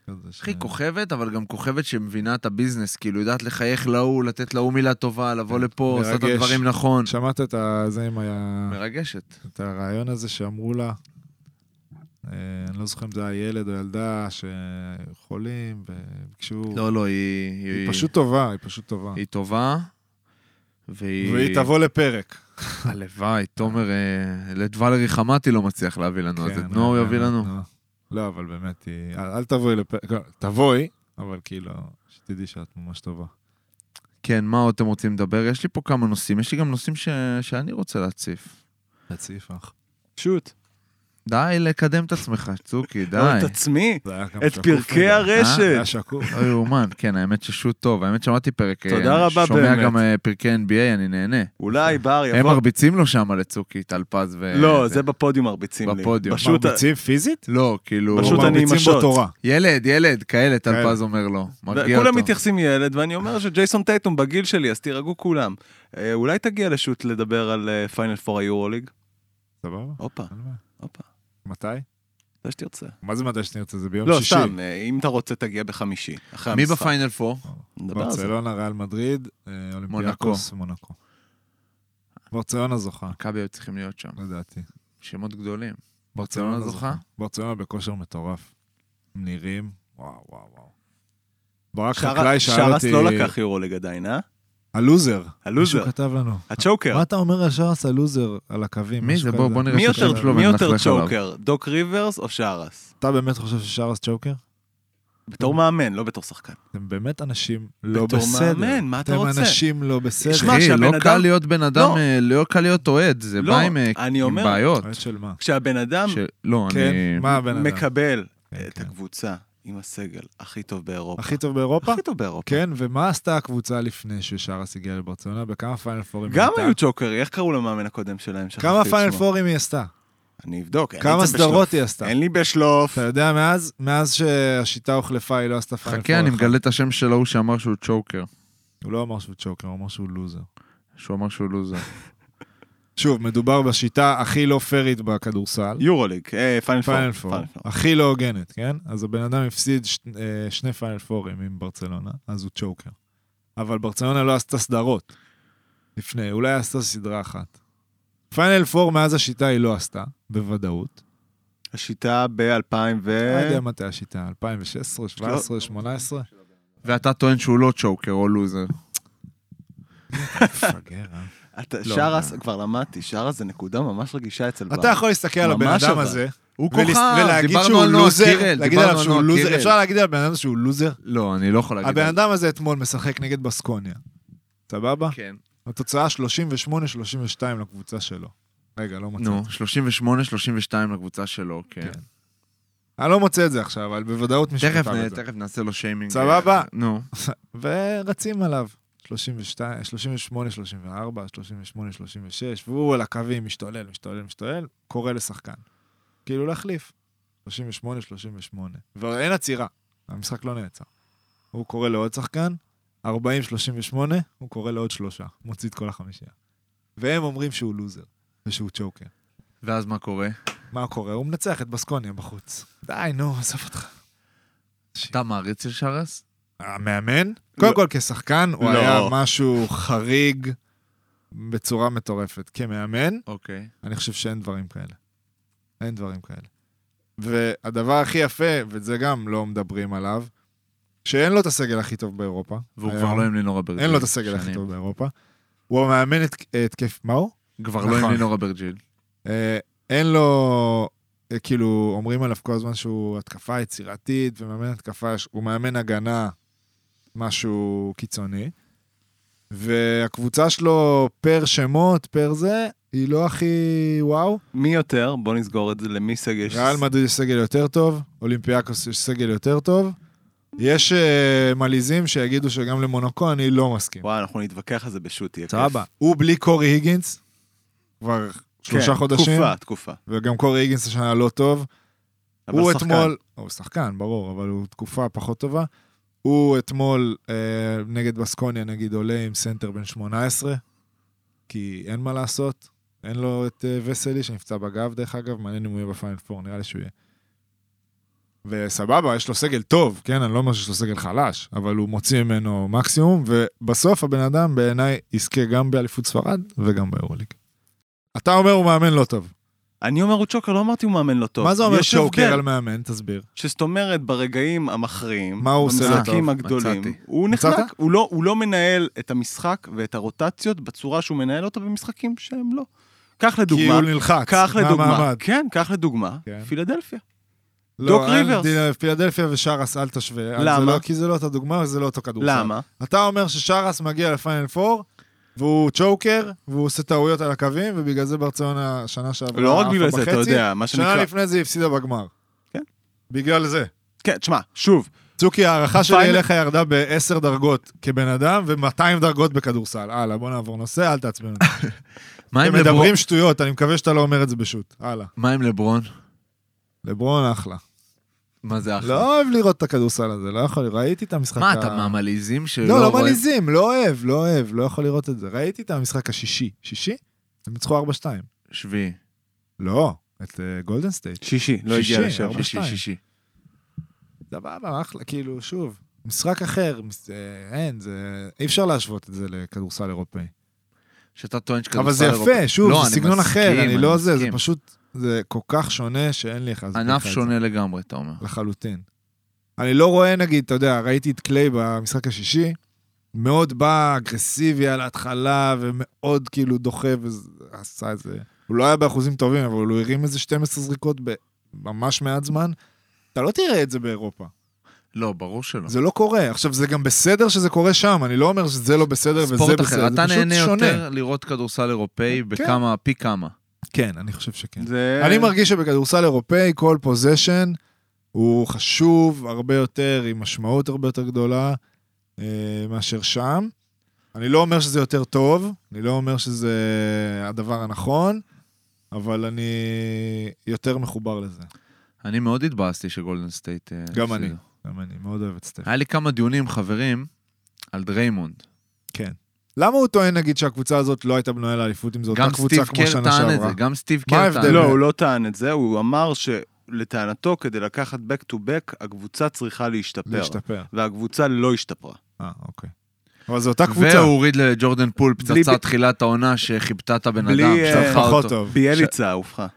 כזה ש... אחי, כוכבת, אבל גם כוכבת שמבינה את הביזנס, כאילו, יודעת לחייך להוא, לתת להוא מילה טובה, לבוא לפה, לעשות את מרגש. הדברים נכון. שמעת את זה עם היה... מרגשת. את הרעיון הזה שאמרו לה, אה, אני לא זוכר אם זה היה ילד או ילדה שחולים וביקשו... לא, לא, היא... היא פשוט טובה, היא פשוט טובה. היא טובה, והיא... והיא תבוא לפרק. הלוואי, תומר, אה, לדבלרי חמתי לא מצליח להביא לנו, אז את נוער הוא יביא לנו. לא, אבל באמת, היא... אל תבואי לפרק, תבואי, אבל כאילו, שתדעי שאת ממש טובה. כן, מה עוד אתם רוצים לדבר? יש לי פה כמה נושאים, יש לי גם נושאים ש... שאני רוצה להציף. תציף, אח. שוט. די לקדם את עצמך, צוקי, די. לא את עצמי, זה היה גם את שקוף פרקי מדי. הרשת. זה היה שקוף. לא יאומן, כן, האמת ששוט טוב, האמת שמעתי פרק. תודה אני רבה שומע באמת. גם אה, פרקי אן בי איי, אני נהנה. אולי בר הם יבוא... מרביצים לו שם לצוקי, טלפז ו... לא, זה בפודיום מרביצים לי. בפודיום. פשוט- מרביצים פיזית? לא, כאילו... פשוט אני עם מרביצים השוט. בתורה. ילד, ילד, כאלה, כאלה. טלפז אומר לו. מרגיע וכולם אותו. מתייחסים ילד, ואני אומר שג'ייסון טייטום בגיל שלי, אז תירגעו כולם. אה, אולי תגיע לשוט לדבר על פיינל פור היורוליג? סבבה? הופה, אין בעיה. הופה. מתי? זה שתרצה. מה זה מתי שנרצה? זה ביום לא, שישי. סתם, אה, אם אתה רוצה תגיע בחמישי, אחרי מי המשחק. בפיינל פור? נדבר על זה. ברצלונה, ריאל מדריד, אה, אולימפיאקוס, מונקו. ברצלונה זוכה, מכבי היו צריכים להיות שם. לדעתי. שמות גדולים. ברצלונה זוכה? ברצלונה בכושר מטורף. הם נראים, וואו, וואו, וואו. ברק שר- חקלאי שאל שרס אותי... לא לקח יורוליג עדיין, אה? הלוזר. הלוזר. מישהו כתב לנו. הצ'וקר. מה אתה אומר על שרס הלוזר על הקווים? מי משהו זה? כזה? בוא בוא נראה מי ששם יותר- שלו מי יותר ונלכלך עליו. צ'וקר? דוק ריברס או שרס? אתה באמת חושב ששרס צ'וקר? בתור מאמן, לא בתור שחקן. אתם באמת אנשים לא בתור בסדר. מאמן, מה אתה אתם רוצה? אנשים לא בסדר. שמע, אחי, שהבן לא אדם- קל להיות בן אדם, לא. אה, לא קל להיות אוהד, זה לא, בא עם אה, אני עם אומר- בעיות. אוהד של מה? כשהבן אדם ש- לא, כן, אני... מה הבן אדם? מקבל כן, את כן. הקבוצה עם הסגל הכי טוב באירופה. הכי טוב באירופה? הכי טוב באירופה. כן, ומה עשתה הקבוצה לפני ששרס הגיע לברצלונה? בכמה פיינל פורים גם הייתה? היו צ'וקרי, איך קראו למאמן הקודם שלהם? שכחתי כמה את פיינל שמו. פורים היא עשתה? אני אבדוק. אין לי כמה את זה סדרות בשלוף. היא עשתה? אין לי בשלוף. אתה יודע, מאז, מאז שהשיטה הוחלפה, היא לא עשתה פיינל פור. חכה, אני אחד. מגלה את השם של ההוא שאמר שהוא צ'וקר. הוא לא אמר שהוא צ'וקר, הוא אמר שהוא לוזר. שהוא אמר שהוא לוזר. שוב, מדובר בשיטה הכי לא פיירית בכדורסל. יורוליג, אה, פיינל פור. פיינל פור. פיינל פור. הכי לא הוגנת, כן? אז הבן אדם הפסיד ש... אה, שני פיינל פורים עם ברצלונה, אז הוא צ'וקר. אבל ברצלונה לא עשתה סדרות. לפני, אולי עשתה סדרה אחת. פיינל פור מאז השיטה היא לא עשתה, בוודאות. השיטה ב-אלפיים ו... לא יודע מתי השיטה, אלפיים ושש עשרה, שבע עשרה, שמונה עשרה? ואתה טוען שהוא לא צ'וקר או לוזר. מפגר, אה? אתה- לא. שרס, כבר למדתי, שרס זה נקודה ממש רגישה אצל בר. אתה יכול להסתכל על הבן ממש אדם אבל. הזה, הוא ולס- כוכב, ולהגיד דיברנו שהוא על נועה לוזר, קירל, להגיד דיברנו עליו על שהוא נועה לוזר, קירל. אפשר להגיד על הבן אדם שהוא לוזר? לא, אני לא יכול להגיד. הבן אדם הזה אתמול משחק נגד בסקוניה, סבבה? כן. התוצאה שלושים ושמונה שלושים ושתיים לקבוצה שלו. רגע, לא מוצא נו, את זה. שלושים ושמונה שלושים ושתיים לקבוצה שלו, כן. כן. אני לא מוצא את זה עכשיו, אבל בוודאות מישהו תכף כתב נ- את זה. תכף נעשה לו שיימינג. סבבה. אה, נו. ורצים עליו. שלושים ושתיים, שלושים ושמונה, שלושים וארבע, שלושים ושמונה, שלושים ושש, והוא על הקווים משתולל, משתולל, משתולל, קורא לשחקן. כאילו להחליף. שלושים ושמונה, שלושים ושמונה. ואין עצירה, המשחק לא נעצר. הוא קורא לעוד שחקן, ארבעים, שלושים ושמונה, הוא קורא לעוד שלושה. מוציא את כל החמישייה. והם אומרים שהוא לוזר, ושהוא צ'וקר. ואז מה קורה? מה קורה? הוא מנצח את בסקוניה בחוץ. די, נו, עזוב אותך. אתה מעריץ של שרס? המאמן? קודם כל, כשחקן, הוא לא. היה משהו חריג בצורה מטורפת. כמאמן, אוקיי. אני חושב שאין דברים כאלה. אין דברים כאלה. והדבר הכי יפה, וזה גם לא מדברים עליו, שאין לו את הסגל הכי טוב באירופה. והוא היום. כבר לא עם לינור אברג'יל. אין לו את הסגל הכי שנים. טוב באירופה. הוא המאמן את, את כיף... מה הוא? כבר לא עם נכון. לינור אברג'יל. אה, אין לו... אה, כאילו, אומרים עליו כל הזמן שהוא התקפה יצירתית, ומאמן התקפה, הוא מאמן הגנה, משהו קיצוני. והקבוצה שלו פר שמות, פר זה, היא לא הכי וואו. מי יותר? בוא נסגור את זה. למי סגל יש? ריאל מדריד יש סגל יותר טוב, אולימפיאקוס יש סגל יותר טוב. יש uh, מליזים שיגידו שגם למונקו אני לא מסכים. וואי, אנחנו נתווכח על זה בשוט, יהיה כיף. סבבה. הוא בלי קורי היגינס, כבר שלושה כן, חודשים, תקופה, תקופה. וגם קורי היגינס השנה לא טוב. אבל הוא שחקן. אתמול, הוא שחקן, ברור, אבל הוא תקופה פחות טובה. הוא אתמול אה, נגד בסקוניה, נגיד, עולה עם סנטר בן שמונה עשרה, כי אין מה לעשות. אין לו את אה, וסלי, שנפצע בגב, דרך אגב, מעניין אם הוא יהיה בפיינל פור, נראה לי שהוא יהיה. וסבבה, יש לו סגל טוב, כן? אני לא אומר שיש לו סגל חלש, אבל הוא מוציא ממנו מקסימום, ובסוף הבן אדם בעיניי יזכה גם באליפות ספרד וגם באירוליג. אתה אומר הוא מאמן לא טוב. אני אומר הוא צ'וקר, לא אמרתי הוא מאמן לא טוב. מה זה אומר יש צ'וקר הבדל. על מאמן? תסביר. שזאת אומרת, ברגעים המכריעים, מה הוא עושה לא במשחקים טוב? הגדולים, מצאתי. הוא מצאת? נחלק, הוא לא, הוא לא מנהל את המשחק ואת הרוטציות בצורה שהוא מנהל אותה במשחקים שהם לא. קח כי לדוגמה, הוא נלחץ. קח לדוגמה, מהמעמד. כן, קח לדוגמה, כן. פילדלפיה. לא, דוק אין ריברס. דינה, פילדלפיה ושרס, אל תשווה. למה? זה לא, כי זה לא אותה דוגמה וזה לא אותו כדורסל. למה? אתה אומר ששרס מגיע לפיינל פור, והוא צ'וקר, והוא עושה טעויות על הקווים, ובגלל זה ברצלונה שנה שעברה לא רק בגלל עפה זה, אתה בחצי, יודע, מה שנה שנקרא. לפני זה הפסידה בגמר. כן. בגלל זה. כן, תשמע, שוב, צוקי, הערכה שלי פיינל- אליך ירדה ב-עשר דרגות כבן אדם, ו-מאתיים דרגות בכדורסל. הלאה, בוא נעבור נושא, אל תעצבן אותי. מה עם הם לברון? מדברים שטויות, אני מקווה שאתה לא אומר את זה בשוט. הלאה. מה עם לברון? לברון אחלה. מה זה אחלה? לא אוהב לראות את הכדורסל הזה, לא יכול, ראיתי את המשחק מה, ה- אתה מהמליזים שלא לא, לא רואה- מליזים, לא אוהב, לא אוהב, לא יכול לראות את זה. ראיתי את המשחק השישי. שישי? הם ניצחו ארבע שתיים. שביעי. לא, את גולדן סטייט. שישי, לא שישי, הגיע לשם. ארבע. שישי, שתיים. שישי. סבבה, אחלה, כאילו, שוב, משחק אחר, מס- אה, אין, זה, אי אפשר להשוות את זה לכדורסל אירופאי. שאתה טוען שכדורסל אבל זה אירופאי. יפה, שוב, לא, זה אני סגנון מסכים, אחר, אני לא זה, זה מסכים. פשוט, זה כל כך שונה שאין לי איך להסביר לך ענף את שונה לגמרי, אתה אומר. זה. לחלוטין. אני לא רואה, נגיד, אתה יודע, ראיתי את קליי במשחק השישי, מאוד בא אגרסיבי על ההתחלה, ומאוד כאילו דוחה, ועשה את זה. הוא לא היה באחוזים טובים, אבל הוא הרים איזה שתים עשרה זריקות בממש מעט זמן. אתה לא תראה את זה באירופה. לא, ברור שלא. זה לא קורה. עכשיו, זה גם בסדר שזה קורה שם, אני לא אומר שזה לא בסדר וזה ספורט בסדר, אחר. זה אתה פשוט נהנה שונה. יותר לראות כדורסל אירופאי כן. בכמה, פי כמה. כן, אני חושב שכן. זה... אני מרגיש שבכדורסל אירופאי, כל פוזיישן הוא חשוב הרבה יותר, עם משמעות הרבה יותר גדולה אה, מאשר שם. אני לא אומר שזה יותר טוב, אני לא אומר שזה הדבר הנכון, אבל אני יותר מחובר לזה. אני מאוד התבאסתי שגולדן סטייט... אה, גם אני, הפסידו. גם אני, מאוד אוהב את סטף. היה לי כמה דיונים עם חברים על דריימונד. כן. למה הוא טוען, נגיד, שהקבוצה הזאת לא הייתה בנויה לאליפות, אם זו אותה גם קבוצה סטיב כמו קר שנה טען את שעברה? זה, גם סטיב מה קר ההבדל? טען. לא, את זה. הוא לא טען את זה, הוא אמר שלטענתו, כדי לקחת back to back, הקבוצה צריכה להשתפר. להשתפר. והקבוצה לא השתפרה. אה, אוקיי. אבל זו אותה קבוצה. והוא הוריד לג'ורדן פול בלי- פצצה תחילת העונה שחיבתה את הבן בלי, אדם, אה, שלחה פחות אותו. טוב. ביאליצה, הופכה.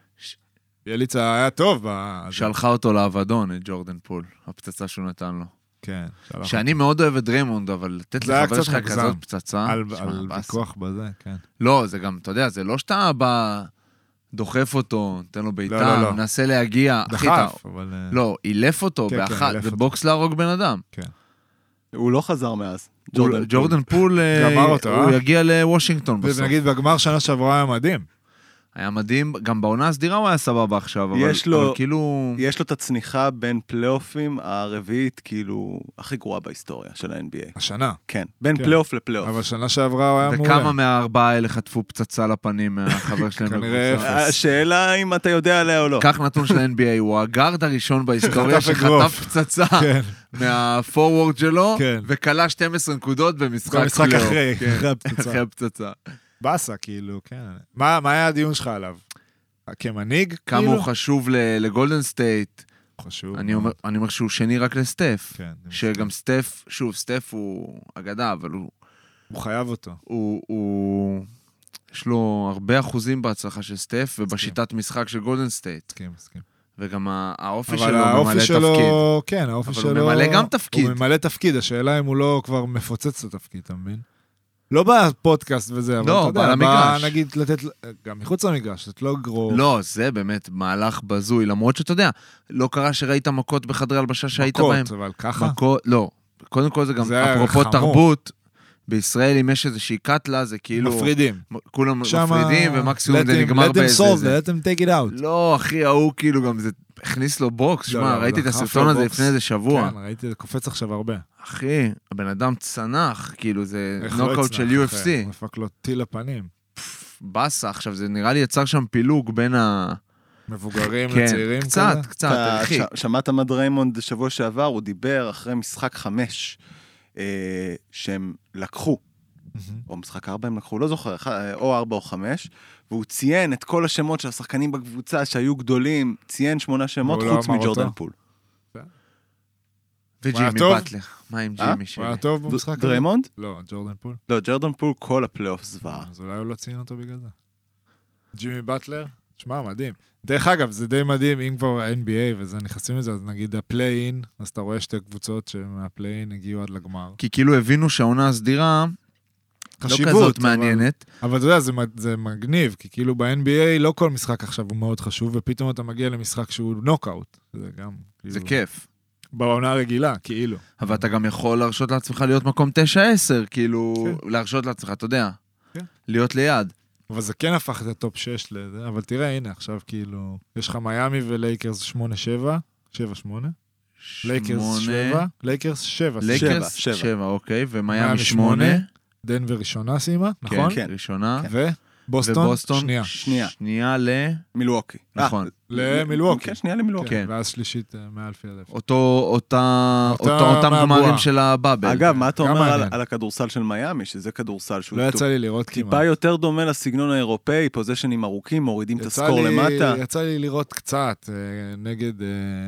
יליצה היה טוב. ב- שלחה אותו לאבדון, את ג'ורדן פול, הפצצה שהוא נתן לו. כן. שלח שאני מאוד אוהב את דריימונד, אבל לתת זה היה לחבר קצת שלך מוגזם. כזאת פצצה, על, שמע, על באסה. ויכוח בזה, כן. לא, זה גם, אתה יודע, זה לא שאתה בא, דוחף אותו, נותן לו לא, בעיטה, לא. מנסה להגיע, אחי, אתה... דחף, אבל... אה, לא, אילף אותו כן, כן, באחת, אילף זה אותו. בוקס להרוג בן אדם. הוא לא חזר מאז. ג'ורדן, ג'ורדן פול, אה, גמר אותו, הוא אה? יגיע לוושינגטון בסוף. ונגיד בגמר שנה שעברה היה מדהים. היה מדהים, גם בעונה הסדירה הוא היה סבבה עכשיו, אבל, יש לו- אבל כאילו... יש לו את הצניחה בין פלייאופים הרביעית, כאילו, הכי גרועה בהיסטוריה של ה-אן בי איי. השנה. כן, בין כן. פלייאוף לפלייאוף. אבל שנה שעברה הוא היה מעולה. וכמה מהארבעה האלה חטפו פצצה לפנים מהחבר שלהם כנראה בקבוצה? אפס. השאלה אם אתה יודע עליה או לא. קח נתון של ה-אן בי איי, הוא הגארד הראשון בהיסטוריה חטף אגרוף. שחטף פצצה כן. מהפורוורד שלו, כן. וכלה שתים עשרה נקודות במשחק במשחק פלייאוף. אחרי, כן, אחרי הפצצה. אחרי הפצצה. באסה, כאילו, כן. מה מה היה הדיון שלך עליו? כמנהיג, כמה כאילו? הוא חשוב ל- לגולדן סטייט. חשוב. אני אומר- אני אומר שהוא שני רק לסטף. כן. אני שגם סטף, שוב, סטף הוא אגדה, אבל הוא, הוא חייב אותו. הוא, הוא, יש לו הרבה אחוזים בהצלחה של סטף, ובשיטת משחק של גולדן סטייט. מסכים, מסכים. וגם ה- האופי אבל שלו ממלא האופי תפקיד. שלו, כן, האופי אבל שלו... הוא ממלא גם תפקיד. הוא ממלא תפקיד, השאלה אם הוא לא כבר מפוצץ את התפקיד, אתה מבין? לא בפודקאסט וזה, אבל לא, אתה יודע, על המגרש. בא, נגיד, לתת, גם מחוץ למגרש, לתת לו גרוף. לא, זה באמת מהלך בזוי, למרות שאתה יודע, לא קרה שראית מכות בחדרי הלבשה שהיית בהם. מכות, אבל ככה? מכות, לא. קודם כל זה גם, זה היה אפרופו חמור. תרבות, בישראל אם יש איזושהי קטלה, זה כאילו... מפרידים. כולם שמה- מפרידים, ומקסימום let זה him- נגמר let them באיזה... solve זה. it, let them take it out. לא, אחי, ההוא כאילו גם זה... הכניס לו בוקס, לא, שמע, לא, ראיתי את דחף הסרטון לו הזה בוקס. לפני איזה שבוע. כן, ראיתי, זה קופץ עכשיו הרבה. אחי, הבן אדם צנח, כאילו זה איך לא נוקאוט הצלח, של יו אף אחי? סי. הוא דפק לו טיל לפנים. באסה, עכשיו זה נראה לי יצר שם פילוג בין ה... מבוגרים כן, לצעירים קצת, כזה? קצת, אתה אחי. ש- שמעת מה דריימונד שבוע שעבר, הוא דיבר אחרי משחק חמש, אה, שהם לקחו, מהמם. או משחק ארבע הם לקחו, לא זוכר, אחד- או ארבע או חמש, והוא ציין את כל השמות של השחקנים בקבוצה שהיו גדולים, ציין שמונה שמות והוא לא חוץ אמר מג'ורדן אותו? פול. וג'ימי טוב? באטלר. מה עם אה? ג'ימי הוא שלי? היה טוב במשחק הזה? דריימונד? לא, ג'ורדן פול. לא, ג'ורדן פול כל הפלייאוף זוועה. אז אולי הוא לא ציין אותו בגלל זה. ג'ימי באטלר, תשמע, מדהים. דרך אגב, זה די מדהים, אם כבר ה-אן בי איי וזה נכנסים לזה, אז נגיד הפליי-אין, אז אתה רואה שתי קבוצות שמהפליי-אין הגיעו עד לגמר. כי כאילו הבינו שהעונה הסדירה לא חשיבות, כזאת אבל- מעניינת. אבל אתה יודע, זה, מ- זה מגניב, כי כאילו ב-אן בי איי לא כל משחק עכשיו הוא מאוד חשוב, ופתאום אתה מגיע למשחק שהוא נוקאוט. זה גם... כאילו, זה כיף. בעונה הרגילה, כאילו. אבל אתה גם יכול להרשות לעצמך להיות מקום תשע עשר, כאילו, כן. להרשות לעצמך, אתה יודע. כן. להיות ליד. אבל זה כן הפך את הטופ שש לזה, אבל תראה, הנה, עכשיו כאילו, יש לך מיאמי ולייקרס שמונה שבע, שבע שמונה, לייקרס שמונה. שבע, לייקרס שבע, לייקרס שבע. שבע, אוקיי, מיאמי ומיאמי שמונה. שמונה. דנבר ראשונה סיימה, נכון? כן. ראשונה. ובוסטון ובוסטון שנייה. שנייה. שנייה ל... מילווקי. נכון. אה, למילווקי. כן, שנייה למילווקי. כן. ואז שלישית אה, מעל פילדלפיה. אותו, אותה, אותה אותו, אותם מהבועה. גמרים של הבאבל. אגב, מה אתה גם אומר על, מעניין. על הכדורסל של מיאמי, שזה כדורסל שהוא לא יצא לי לראות טיפה כמעט. יותר דומה לסגנון האירופאי, פוזיישנים ארוכים, מורידים את יצא הסקור לי- למטה. יצא לי לראות קצת אה, נגד, אה,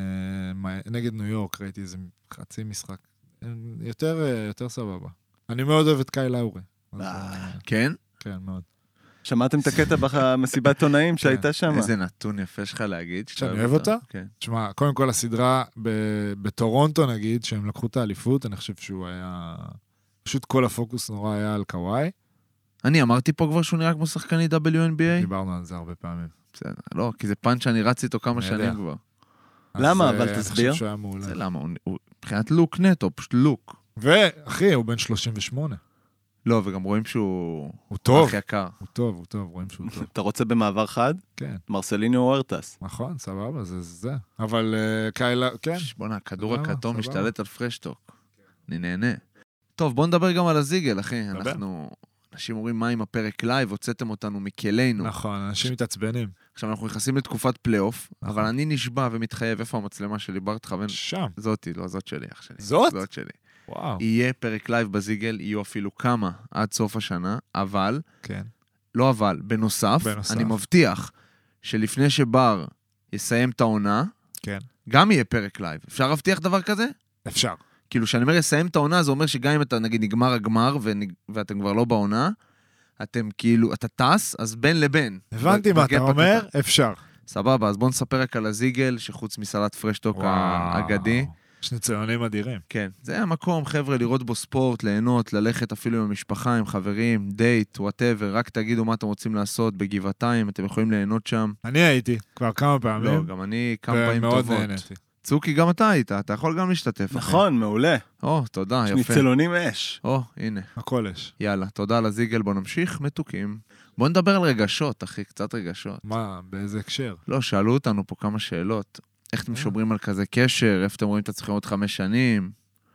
מי- נגד ניו יורק, ראיתי איזה חצי משחק. אה, יותר, אה, יותר סבבה. אני מאוד אוהב את קאי לאורי. אז, אה. אה, כן? כן, מאוד. שמעתם את הקטע במסיבת עונאים שהייתה שם? איזה נתון יפה שלך להגיד. שאתה שאני אוהב אותה? כן. תשמע, קודם כל הסדרה ב- בטורונטו נגיד, שהם לקחו את האליפות, אני חושב שהוא היה... פשוט כל הפוקוס נורא היה על קוואי. אני אמרתי פה כבר שהוא נראה כמו שחקני דאבליו אן בי איי? דיברנו על זה הרבה פעמים. בסדר, לא, כי זה פאנץ' שאני רץ איתו כמה אני יודע. שנים כבר. למה? אז, אבל אה, תסביר. אני חושב שהוא היה מעולה. זה למה, הוא- הוא- מבחינת לוק נטו, פשוט לוק. ואחי, הוא בן שלושים ושמונה. לא, וגם רואים שהוא... הוא טוב. אח יקר. הוא טוב, הוא טוב, רואים שהוא טוב. אתה רוצה במעבר חד? כן, מרסלינו אורטס. נכון, סבבה, זה זה. אבל אה, קיילה, כן. בוא'נה, הכדור סבבה, הכתום סבבה. משתלט על פרשטוק. אני נהנה. טוב, בוא נדבר גם על הזיגל, אחי. דבר. אנחנו... אנשים אומרים, מה עם הפרק לייב? הוצאתם אותנו מכלינו. נכון, אנשים מתעצבנים. עכשיו, אנחנו נכנסים לתקופת פלייאוף, נכון. אבל אני נשבע ומתחייב, איפה המצלמה שלי? בר תכוון. שם. זאתי, לא, זאת שלי, אח שלי. זאת? זאת שלי. וואו. יהיה פרק לייב בזיגל, יהיו אפילו כמה עד סוף השנה, אבל, כן. לא אבל, בנוסף, בנוסף. אני מבטיח שלפני שבר יסיים את העונה, כן. גם יהיה פרק לייב. אפשר להבטיח דבר כזה? אפשר. כאילו, כשאני אומר יסיים את העונה, זה אומר שגם אם אתה, נגיד, נגמר הגמר, ונג... ואתם כבר לא בעונה, אתם כאילו, אתה טס, אז בין לבין. הבנתי מה אתה בגפ אומר, הקטן. אפשר. סבבה, אז בואו נספר רק על הזיגל, שחוץ מסלט פרשטוק האגדי. יש ניסיונים אדירים. כן, זה המקום, חבר'ה, לראות בו ספורט, ליהנות, ללכת אפילו עם המשפחה, עם חברים, דייט, וואטאבר, רק תגידו מה אתם רוצים לעשות בגבעתיים, אתם יכולים ליהנות שם. אני הייתי כבר כמה לא, פעמים, גם אני כמה פעמים ומאוד טובות. נהניתי. צוקי, גם אתה היית, אתה יכול גם להשתתף. אחי. נכון, מעולה. או, תודה, יפה. שניצלונים אש. או, הנה. הכל יש. יאללה, תודה על הזיגל, בוא נמשיך, מתוקים. בוא נדבר על רגשות, אחי, קצת רגשות. מה, באיזה הקשר? לא, שאלו אותנו פה כמה שאלות. איך אתם שומרים על כזה קשר? איפה אתם רואים את עצמכם עוד חמש שנים?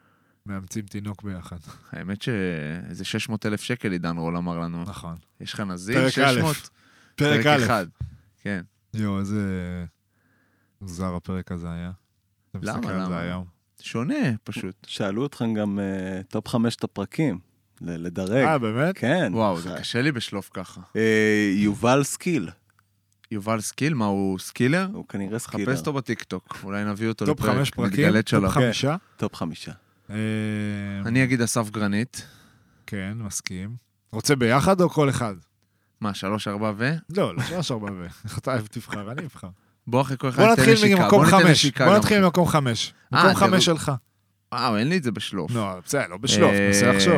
מאמצים תינוק ביחד. האמת שאיזה שש מאות אלף שקל עידן רול אמר לנו. נכון. יש לך נזיל? פרק שש א'. מאות? פרק א'. אחד. כן. יואו, איזה מוזר הפרק הזה היה. אתה למה, מסתכל על למה? זה היום. שונה, פשוט. שאלו אתכם גם אה, טופ חמשת הפרקים, ל- לדרג. אה, באמת? כן. וואו, זה קשה לי בשלוף ככה. אה, יובל סקיל. יובל סקיל, מה הוא סקילר? הוא כנראה סקילר. חפש אותו בטיקטוק, אולי נביא אותו טופ לפרק. חמש פרקים? נתגלת שלו. טופ חמישה? טופ חמישה. אה, אני אגיד אסף גרנית. כן, מסכים. רוצה ביחד או כל אחד? מה, שלוש, ארבע ו? לא, לא שלוש ארבע ו... איך אתה תבחר? אני אבחר. בוא אחרי כל אחד בוא ניתן נתחיל נשיקה. ממקום בוא ניתן חמש. נשיקה בוא גם. נתחיל ממקום חמש. אה, מקום אתה חמש לא- שלך. וואו, אין לי את זה בשלוף. לא, בסדר, לא בשלוף, אה, ננסה לחשוב.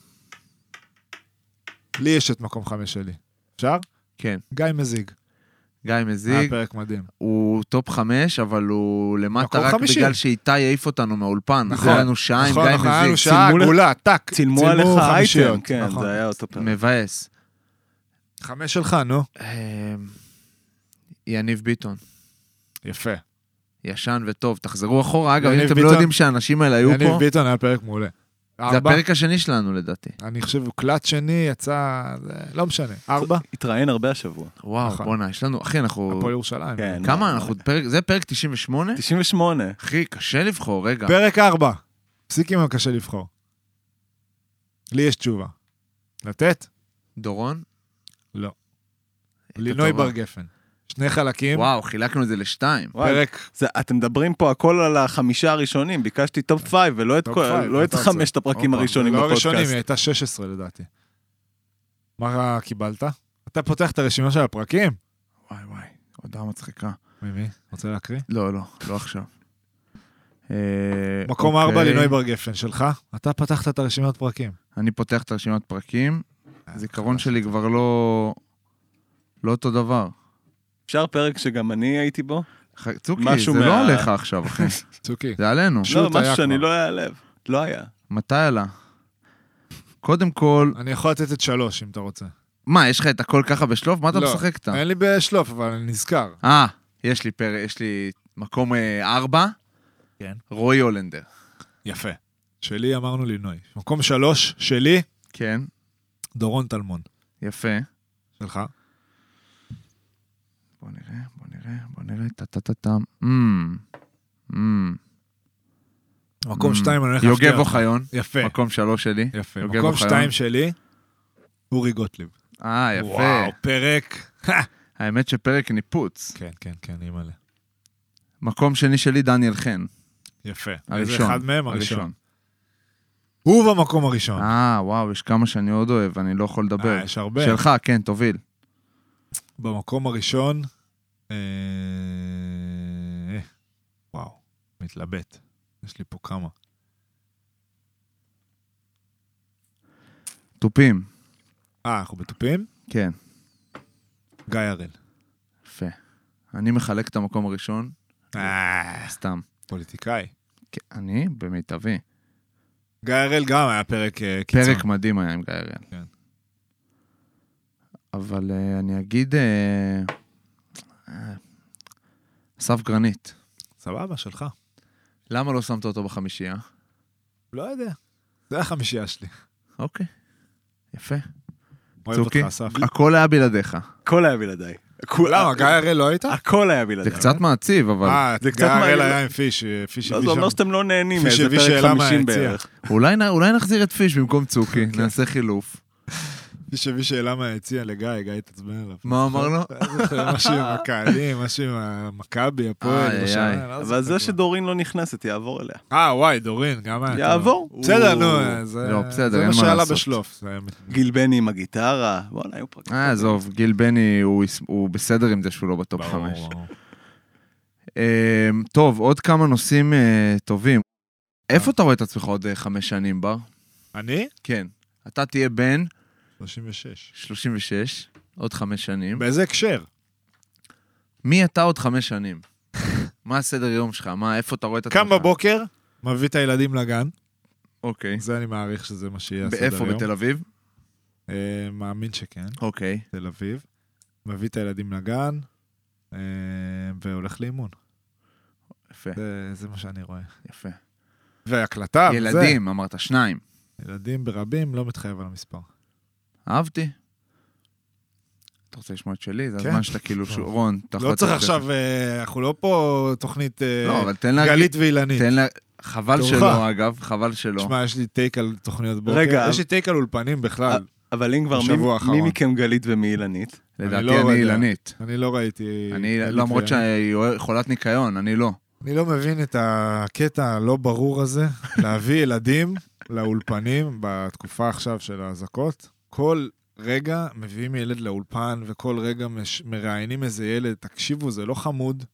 לי יש את מקום חמש שלי. אפשר? כן. גיא מזיג. גיא היה מזיג, פרק מדהים. הוא טופ חמש, אבל הוא למטה מקום רק חמישי. בגלל שאיתי העיף אותנו מהאולפן. נכון. היה לנו שעה עם נכון, גיא נכון, היה לנו מזיג. שעה צילמו עגולה, טאק. צילמו עליך אייטם, חמישיות, כן, נכון. זה היה אותו פרק. מבאס. חמש שלך, נו. אה, יניב ביטון. יפה. ישן וטוב. תחזרו אחורה. אגב, אם יניב אתם לא ביטון- יודעים שהאנשים האלה היו יניב פה, ביטון היה פרק מעולה. זה ארבע. הפרק השני שלנו לדעתי. אני חושב, קלט שני יצא, זה לא משנה. ארבע? התראיין הרבה השבוע. וואו, נכון. בואנה, יש לנו, אחי, אנחנו... הפועל ירושלים. כן. כמה לא, אנחנו? פרק- זה פרק תשעים ושמונה? תשעים ושמונה. אחי, קשה לבחור, רגע. פרק ארבע. פסיק אם קשה לבחור. לי יש תשובה. לתת? דורון? לא. הייתה לינוי טובה. בר גפן. שני חלקים. וואו, חילקנו את זה לשתיים. פרק. זה, אתם מדברים פה הכל על החמישה הראשונים, ביקשתי טופ פייב, ולא את, טופ כל, פייב, לא את אתה חמשת הפרקים אופה, הראשונים לא בפודקאסט. הראשונים, היא הייתה שש עשרה לדעתי. מה קיבלת? אתה פותח את הרשימה של הפרקים? וואי וואי, הודעה מצחיקה. ממי? רוצה להקריא? לא, לא, לא עכשיו. אה, מקום אוקיי. ארבע, לינוי בר גפן שלך. אתה פתחת את הרשימת פרקים. אני פותח את הרשימת פרקים. הזיכרון שלי כבר לא... לא אותו דבר. אפשר פרק שגם אני הייתי בו? ח- צוקי, משהו זה מה- לא עליך עכשיו, אחי. צוקי. זה עלינו. לא, שוט היה משהו שאני כבר. לא אעלב. לא היה. מתי עלה? קודם כל... אני יכול לתת את שלוש, אם אתה רוצה. מה, יש לך את הכל ככה בשלוף? מה אתה לא, משחק איתה? אין לי בשלוף, אבל אני נזכר. אה, יש לי פרק, יש לי מקום אה, ארבע. כן. רועי הולנדר. יפה. שלי אמרנו לינוי. מקום שלוש, שלי, כן, דורון טלמון. יפה. שלך. בוא נראה, בוא נראה, בוא נראה, טה-טה-טה-טם. אמ, אמ. מקום Mm. שתיים, אני הולך להפתיע יוגב אותך. אוחיון, יפה, מקום שלוש שלי. יפה. יוגב מקום אוחיון. שתיים שלי, אורי גוטליב. אה, יפה. וואו, פרק. האמת שפרק ניפוץ. כן, כן, כן, אימא'לה. מקום שני שלי, דניאל חן. יפה. איזה הראשון. אחד מהם? הראשון. הוא במקום הראשון. אה, וואו, יש כמה שאני עוד אוהב, אני לא יכול לדבר. אה, יש הרבה. שלך, כן, תוביל. במקום הראשון, אה, אה, וואו, מתלבט. יש לי פה כמה. תופים. אה, אנחנו בטופים? כן, גיא הראל. יפה. אני מחלק את המקום הראשון, אה, סתם. פוליטיקאי. כן, אני במיטבי. גיא הראל גם היה פרק אה, קיצון. פרק מדהים היה עם גיא הראל. כן. אבל uh, אני אגיד... Uh, uh, אסף גרנית. סבבה, שלך. למה לא שמת אותו בחמישייה? לא יודע. זה החמישייה שלי. אוקיי, יפה. אוהב אותך, צוקי, אסף. הכל היה בלעדיך. הכל היה בלעדיי. למה, גיא הראל לא היית? הכל היה זה בלעדיי. קצת מעציב, אבל אה, זה גיא קצת הראל מעניין. היה עם פיש, פיש לא, הביא זה אומר שם. שאתם לא נהנים כפי מאיזה שהביא פרק שאלה חמישים מהיציע. בערך. אולי, נ- אולי נחזיר את פיש במקום צוקי, נעשה חילוף. פיש הביא שאלה מהיציע לגיא, גיא התעצבן עליו. מה אמר לו? משהו עם הקהלים, משהו עם המכבי, הפועל. איי, ראש איי. העין, לא אבל זוכר זה כבר. שדורין לא נכנסת, יעבור אליה. אה, וואי, דורין, גם היה. יעבור. טוב. בסדר, נו, הוא- זה לא, בסדר, זה אין מה מה שעלה לעשות. בשלוף. זה היה- גיל בני עם הגיטרה. וואלה, היו פרקים. אה, עזוב, גיל בני הוא, הוא בסדר עם זה שהוא לא בטופ ברור, חמש. ברור. אמ, טוב, עוד כמה נושאים אה, טובים. איפה אתה רואה את עצמך עוד אה, חמש שנים, בר? אני? כן. אתה תהיה בן שלושים ושש. שלושים ושש, עוד חמש שנים. באיזה הקשר? מי אתה עוד חמש שנים? מה הסדר יום שלך? מה, איפה אתה רואה את עצמך? קם בבוקר, מביא את הילדים לגן. אוקיי. זה אני מעריך שזה מה שיהיה הסדר באיפה? יום. בתל אביב? אה, מאמין שכן, אוקיי. תל אביב. מביא את הילדים לגן, אה, והולך לאימון. יפה, זה- זה מה שאני רואה. יפה. והקלטה, וזה. ילדים, אמרת שניים. ילדים ברבים, לא מתחייב על המספר. אהבתי. אתה רוצה לשמוע את שלי? זה כן. הזמן שאתה כאילו, טוב. ש- רון, אתה יכול לא צריך לתת- עכשיו, אה, אנחנו לא פה תוכנית אה, לא, אבל תן להגיד, גלית ואילנית. תן לה... חבל תורך. שלא, אגב, חבל שלא. תשמע, יש לי טייק על תוכניות בוקר. רגע, יש לי טייק על אולפנים בכלל. אבל אם כבר, בשבוע מי- האחרון. מי מכם גלית ומי אילנית? לדעתי לא אני יודע. אילנית. אני לא ראיתי... אני, גלית למרות ואילנית. שהיא חולת ניקיון, אני לא. אני לא מבין את הקטע הלא ברור הזה, להביא ילדים לאולפנים בתקופה עכשיו של האזעקות. כל רגע מביאים ילד לאולפן, וכל רגע מש... מראיינים איזה ילד. תקשיבו, זה לא חמוד.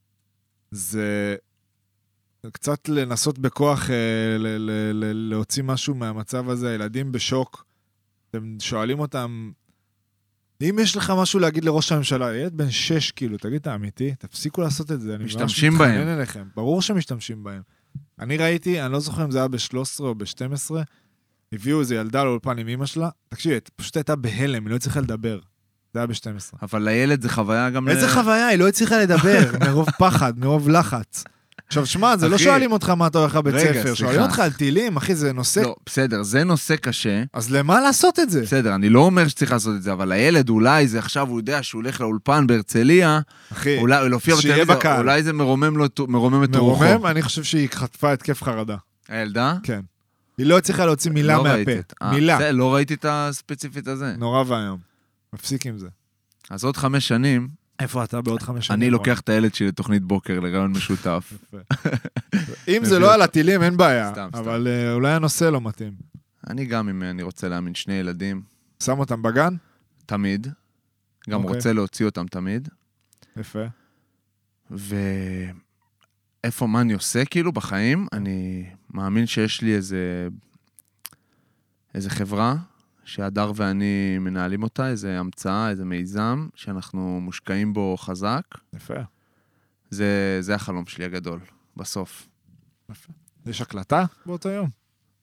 זה קצת לנסות בכוח אה, ל- ל- ל- להוציא משהו מהמצב הזה. הילדים בשוק. אתם שואלים אותם, אם יש לך משהו להגיד לראש הממשלה, ילד בן שש, כאילו, תגיד, אתה אמיתי? תפסיקו לעשות את זה. אני ממש משתמשים מתחנן בהם. אליכם. ברור שמשתמשים בהם. אני ראיתי, אני לא זוכר אם זה היה ב-שלוש עשרה או ב-שתים עשרה, הביאו איזה ילדה לאולפן עם אמא שלה, תקשיב, היא פשוט הייתה בהלם, היא לא הצליחה לדבר. זה היה ב-שתים עשרה. אבל לילד זה חוויה גם... איזה ל- חוויה, היא לא הצליחה לדבר, מרוב פחד, מרוב לחץ. עכשיו, שמע, זה לא אחי, שואלים אותך מה אתה הולך לבית רגע, ספר, סליחה. שואלים אותך על טילים, אחי, זה נושא... לא, בסדר, זה נושא קשה. אז למה לעשות את זה? בסדר, אני לא אומר שצריך לעשות את זה, אבל הילד אולי זה עכשיו, הוא יודע שהוא הולך לאולפן בהרצליה, אחי, אולי להופיע שיהיה בטלוויזיה, בקהל. אולי זה מרומם לו- מרומם את רוחו. מרומם, אני חושב שהיא חטפה התקף חרדה. הילדה? כן. היא לא הצליחה להוציא מילה לא ראיתי מהפה. את- אה, מילה. זה, לא ראיתי את הספציפית הזה. נורא ואיום. מפסיק עם זה. אז עוד חמש שנים, איפה אתה בעוד חמש שנים? אני לוקח את הילד שלי לתוכנית בוקר, לרעיון משותף. אם זה לא על הטילים, אין בעיה. סתם, סתם. אבל אה, אולי הנושא לא מתאים. אני גם, אם אני רוצה להאמין, שני ילדים, שם אותם בגן? תמיד. גם אוקיי. רוצה להוציא אותם תמיד. יפה. ואיפה, מה אני עושה כאילו בחיים? אני מאמין שיש לי איזה, איזה חברה, שהדר ואני מנהלים אותה, איזה המצאה, איזה מיזם, שאנחנו מושקעים בו חזק. יפה. זה, זה החלום שלי הגדול, בסוף. יפה. יש הקלטה באותו יום?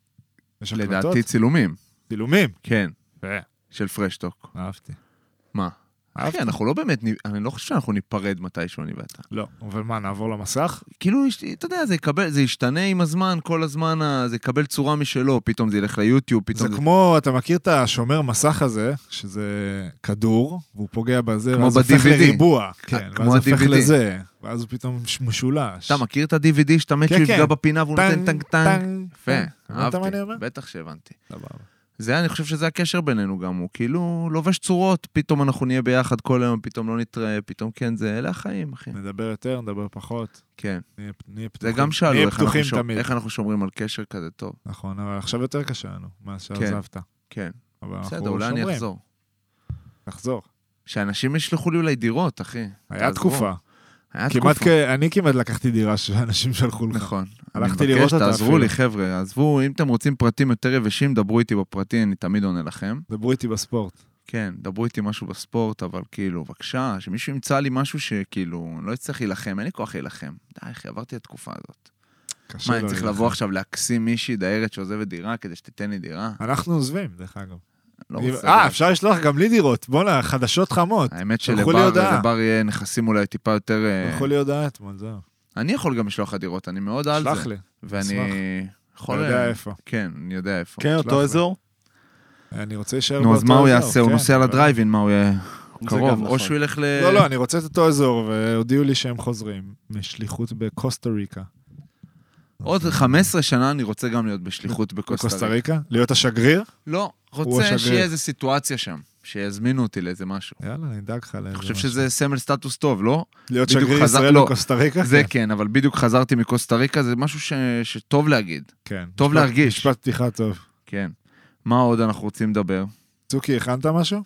יש הקלטות? לדעתי צילומים. צילומים? כן, יפה. של פרשטוק. אהבתי. מה? אחי, אנחנו לא באמת, אני לא חושב שאנחנו ניפרד מתישהו אני ואתה. לא, אבל מה, נעבור למסך? כאילו, אתה יודע, זה יקבל, זה ישתנה עם הזמן, כל הזמן, זה יקבל צורה משלו, פתאום זה ילך ליוטיוב, פתאום זה כמו, אתה מכיר את השומר מסך הזה, שזה כדור, והוא פוגע בזה, כמו ואז הופך ב-די וי די. לריבוע. כן, כמו ואז הופך ה-די וי די. לזה, ואז הוא פתאום משולש. אתה מכיר את ה-די וי די שאתה מת כן, שהוא יפגע כן. בפינה והוא נותן טנק טנק? יפה, הבנת מה אהבתי, אני אומר? בטח שהבנתי. סבבה. זה, אני חושב שזה הקשר בינינו גם, הוא כאילו לובש צורות, פתאום אנחנו נהיה ביחד כל היום, פתאום לא נתראה, פתאום כן, זה אלה החיים, אחי. נדבר יותר, נדבר פחות. כן. נהיה, נהיה זה פתוחים. גם שאלו נהיה איך אנחנו, פתוחים שומר, תמיד. איך אנחנו שומרים על קשר כזה טוב. נכון, אבל עכשיו יותר קשה לנו, מאז שעזבת. כן. אבל אנחנו בסדר, אולי אני שומרים. אחזור. נחזור. שאנשים ישלחו לי אולי דירות, אחי. היה תעזרו. תקופה. היה כמעט תקופה. כ... אני כמעט לקחתי דירה שאנשים שלחו לך. נכון. הלכתי אני לראות מבקש, אותה תעזרו אפילו. לי, חבר'ה. עזבו, אם אתם רוצים פרטים יותר יבשים, דברו איתי בפרטים, אני תמיד עונה לכם. דברו איתי בספורט. כן, דברו איתי משהו בספורט, אבל כאילו, בבקשה, שמישהו ימצא לי משהו שכאילו, אני לא אצטרך להילחם, אין לי כוח להילחם. די, אחי, עברתי את התקופה הזאת. קשה מה, אני לו צריך להילחם. לבוא עכשיו להקסים מישהי דיירת שעוזבת דירה כדי שתיתן לי דירה? אנחנו עוזבים, דרך אגב. לא אם- רוצה. אה, אפשר לשלוח גם לי דירות. בוא'נה, חדשות חמות. האמת שלחו לי שלבר הודעה. לבר יהיה נכסים אולי טיפה יותר... אה, שלחו לי הודעה אתמול, זהו. אני יכול גם לשלוח לך דירות, אני מאוד על זה. שלח לי. ואני אשמח. יכול... אתה יודע איפה. כן, אני יודע איפה. כן, שלח אותו לי. אזור? אני רוצה להישאר נו, אז מה הוא אזור, יעשה? הוא כן, נוסע אבל- לדרייבין, מה הוא יהיה? גם קרוב. נכון. או שהוא ילך ל... לא, לא, אני רוצה את אותו אזור, והודיעו לי שהם חוזרים. משליחות בקוסטה ריקה. עוד חמש עשרה שנה אני רוצה גם להיות בשליחות בקוסטה בקוסטה ריקה. ריקה? להיות השגריר? לא, הוא רוצה השגריר. שיהיה איזו סיטואציה שם, שיזמינו אותי לאיזה משהו. יאללה, אני אדאג לך לאיזה אני חושב משהו. שזה סמל סטטוס טוב, לא? להיות בדיוק שגריר חזר- ישראל לא. בקוסטה ריקה? זה כן. כן, אבל בדיוק חזרתי מקוסטה ריקה, זה משהו ש... שטוב להגיד. כן. טוב משפט- להרגיש. משפט פתיחה טוב. כן. מה עוד אנחנו רוצים לדבר? צוקי, הכנת משהו?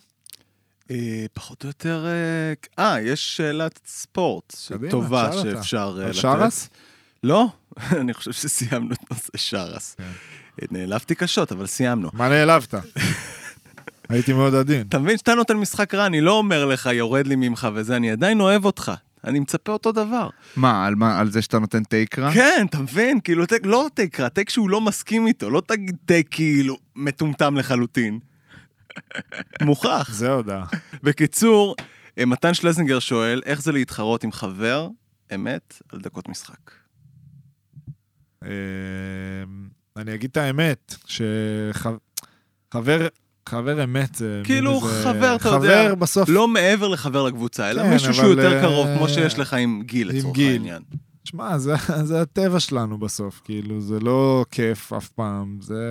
אה, פחות או יותר... אה, אה, יש שאלת ספורט קדימה, טובה שאל אותה. שאפשר אה, על לתת. שרס? לא, אני חושב שסיימנו את נושא שרס. כן. נעלבתי קשות, אבל סיימנו. מה נעלבת? הייתי מאוד עדין. אתה מבין שאתה נותן משחק רע, אני לא אומר לך, יורד לי ממך וזה, אני עדיין אוהב אותך. אני מצפה אותו דבר. מה, על, מה, על זה שאתה נותן טייק רע? כן, אתה מבין? כאילו, טייק, לא טייק רע, טייק שהוא לא מסכים איתו, לא תגיד טייק כאילו מטומטם לחלוטין. מוכח. זה הודעה. בקיצור, מתן שלזינגר שואל, איך זה להתחרות עם חבר אמת על דקות משחק? אה, אני אגיד את האמת, שחבר... חבר אמת זה... מין כאילו איזה- חבר, אתה יודע. חבר בסוף... לא מעבר לחבר לקבוצה, אלא כן, מישהו שהוא אבל, יותר אה, קרוב, כמו שיש לך עם גיל, עם לצורך גיל. העניין. שמע, זה, זה הטבע שלנו בסוף, כאילו, זה לא כיף אף פעם, זה...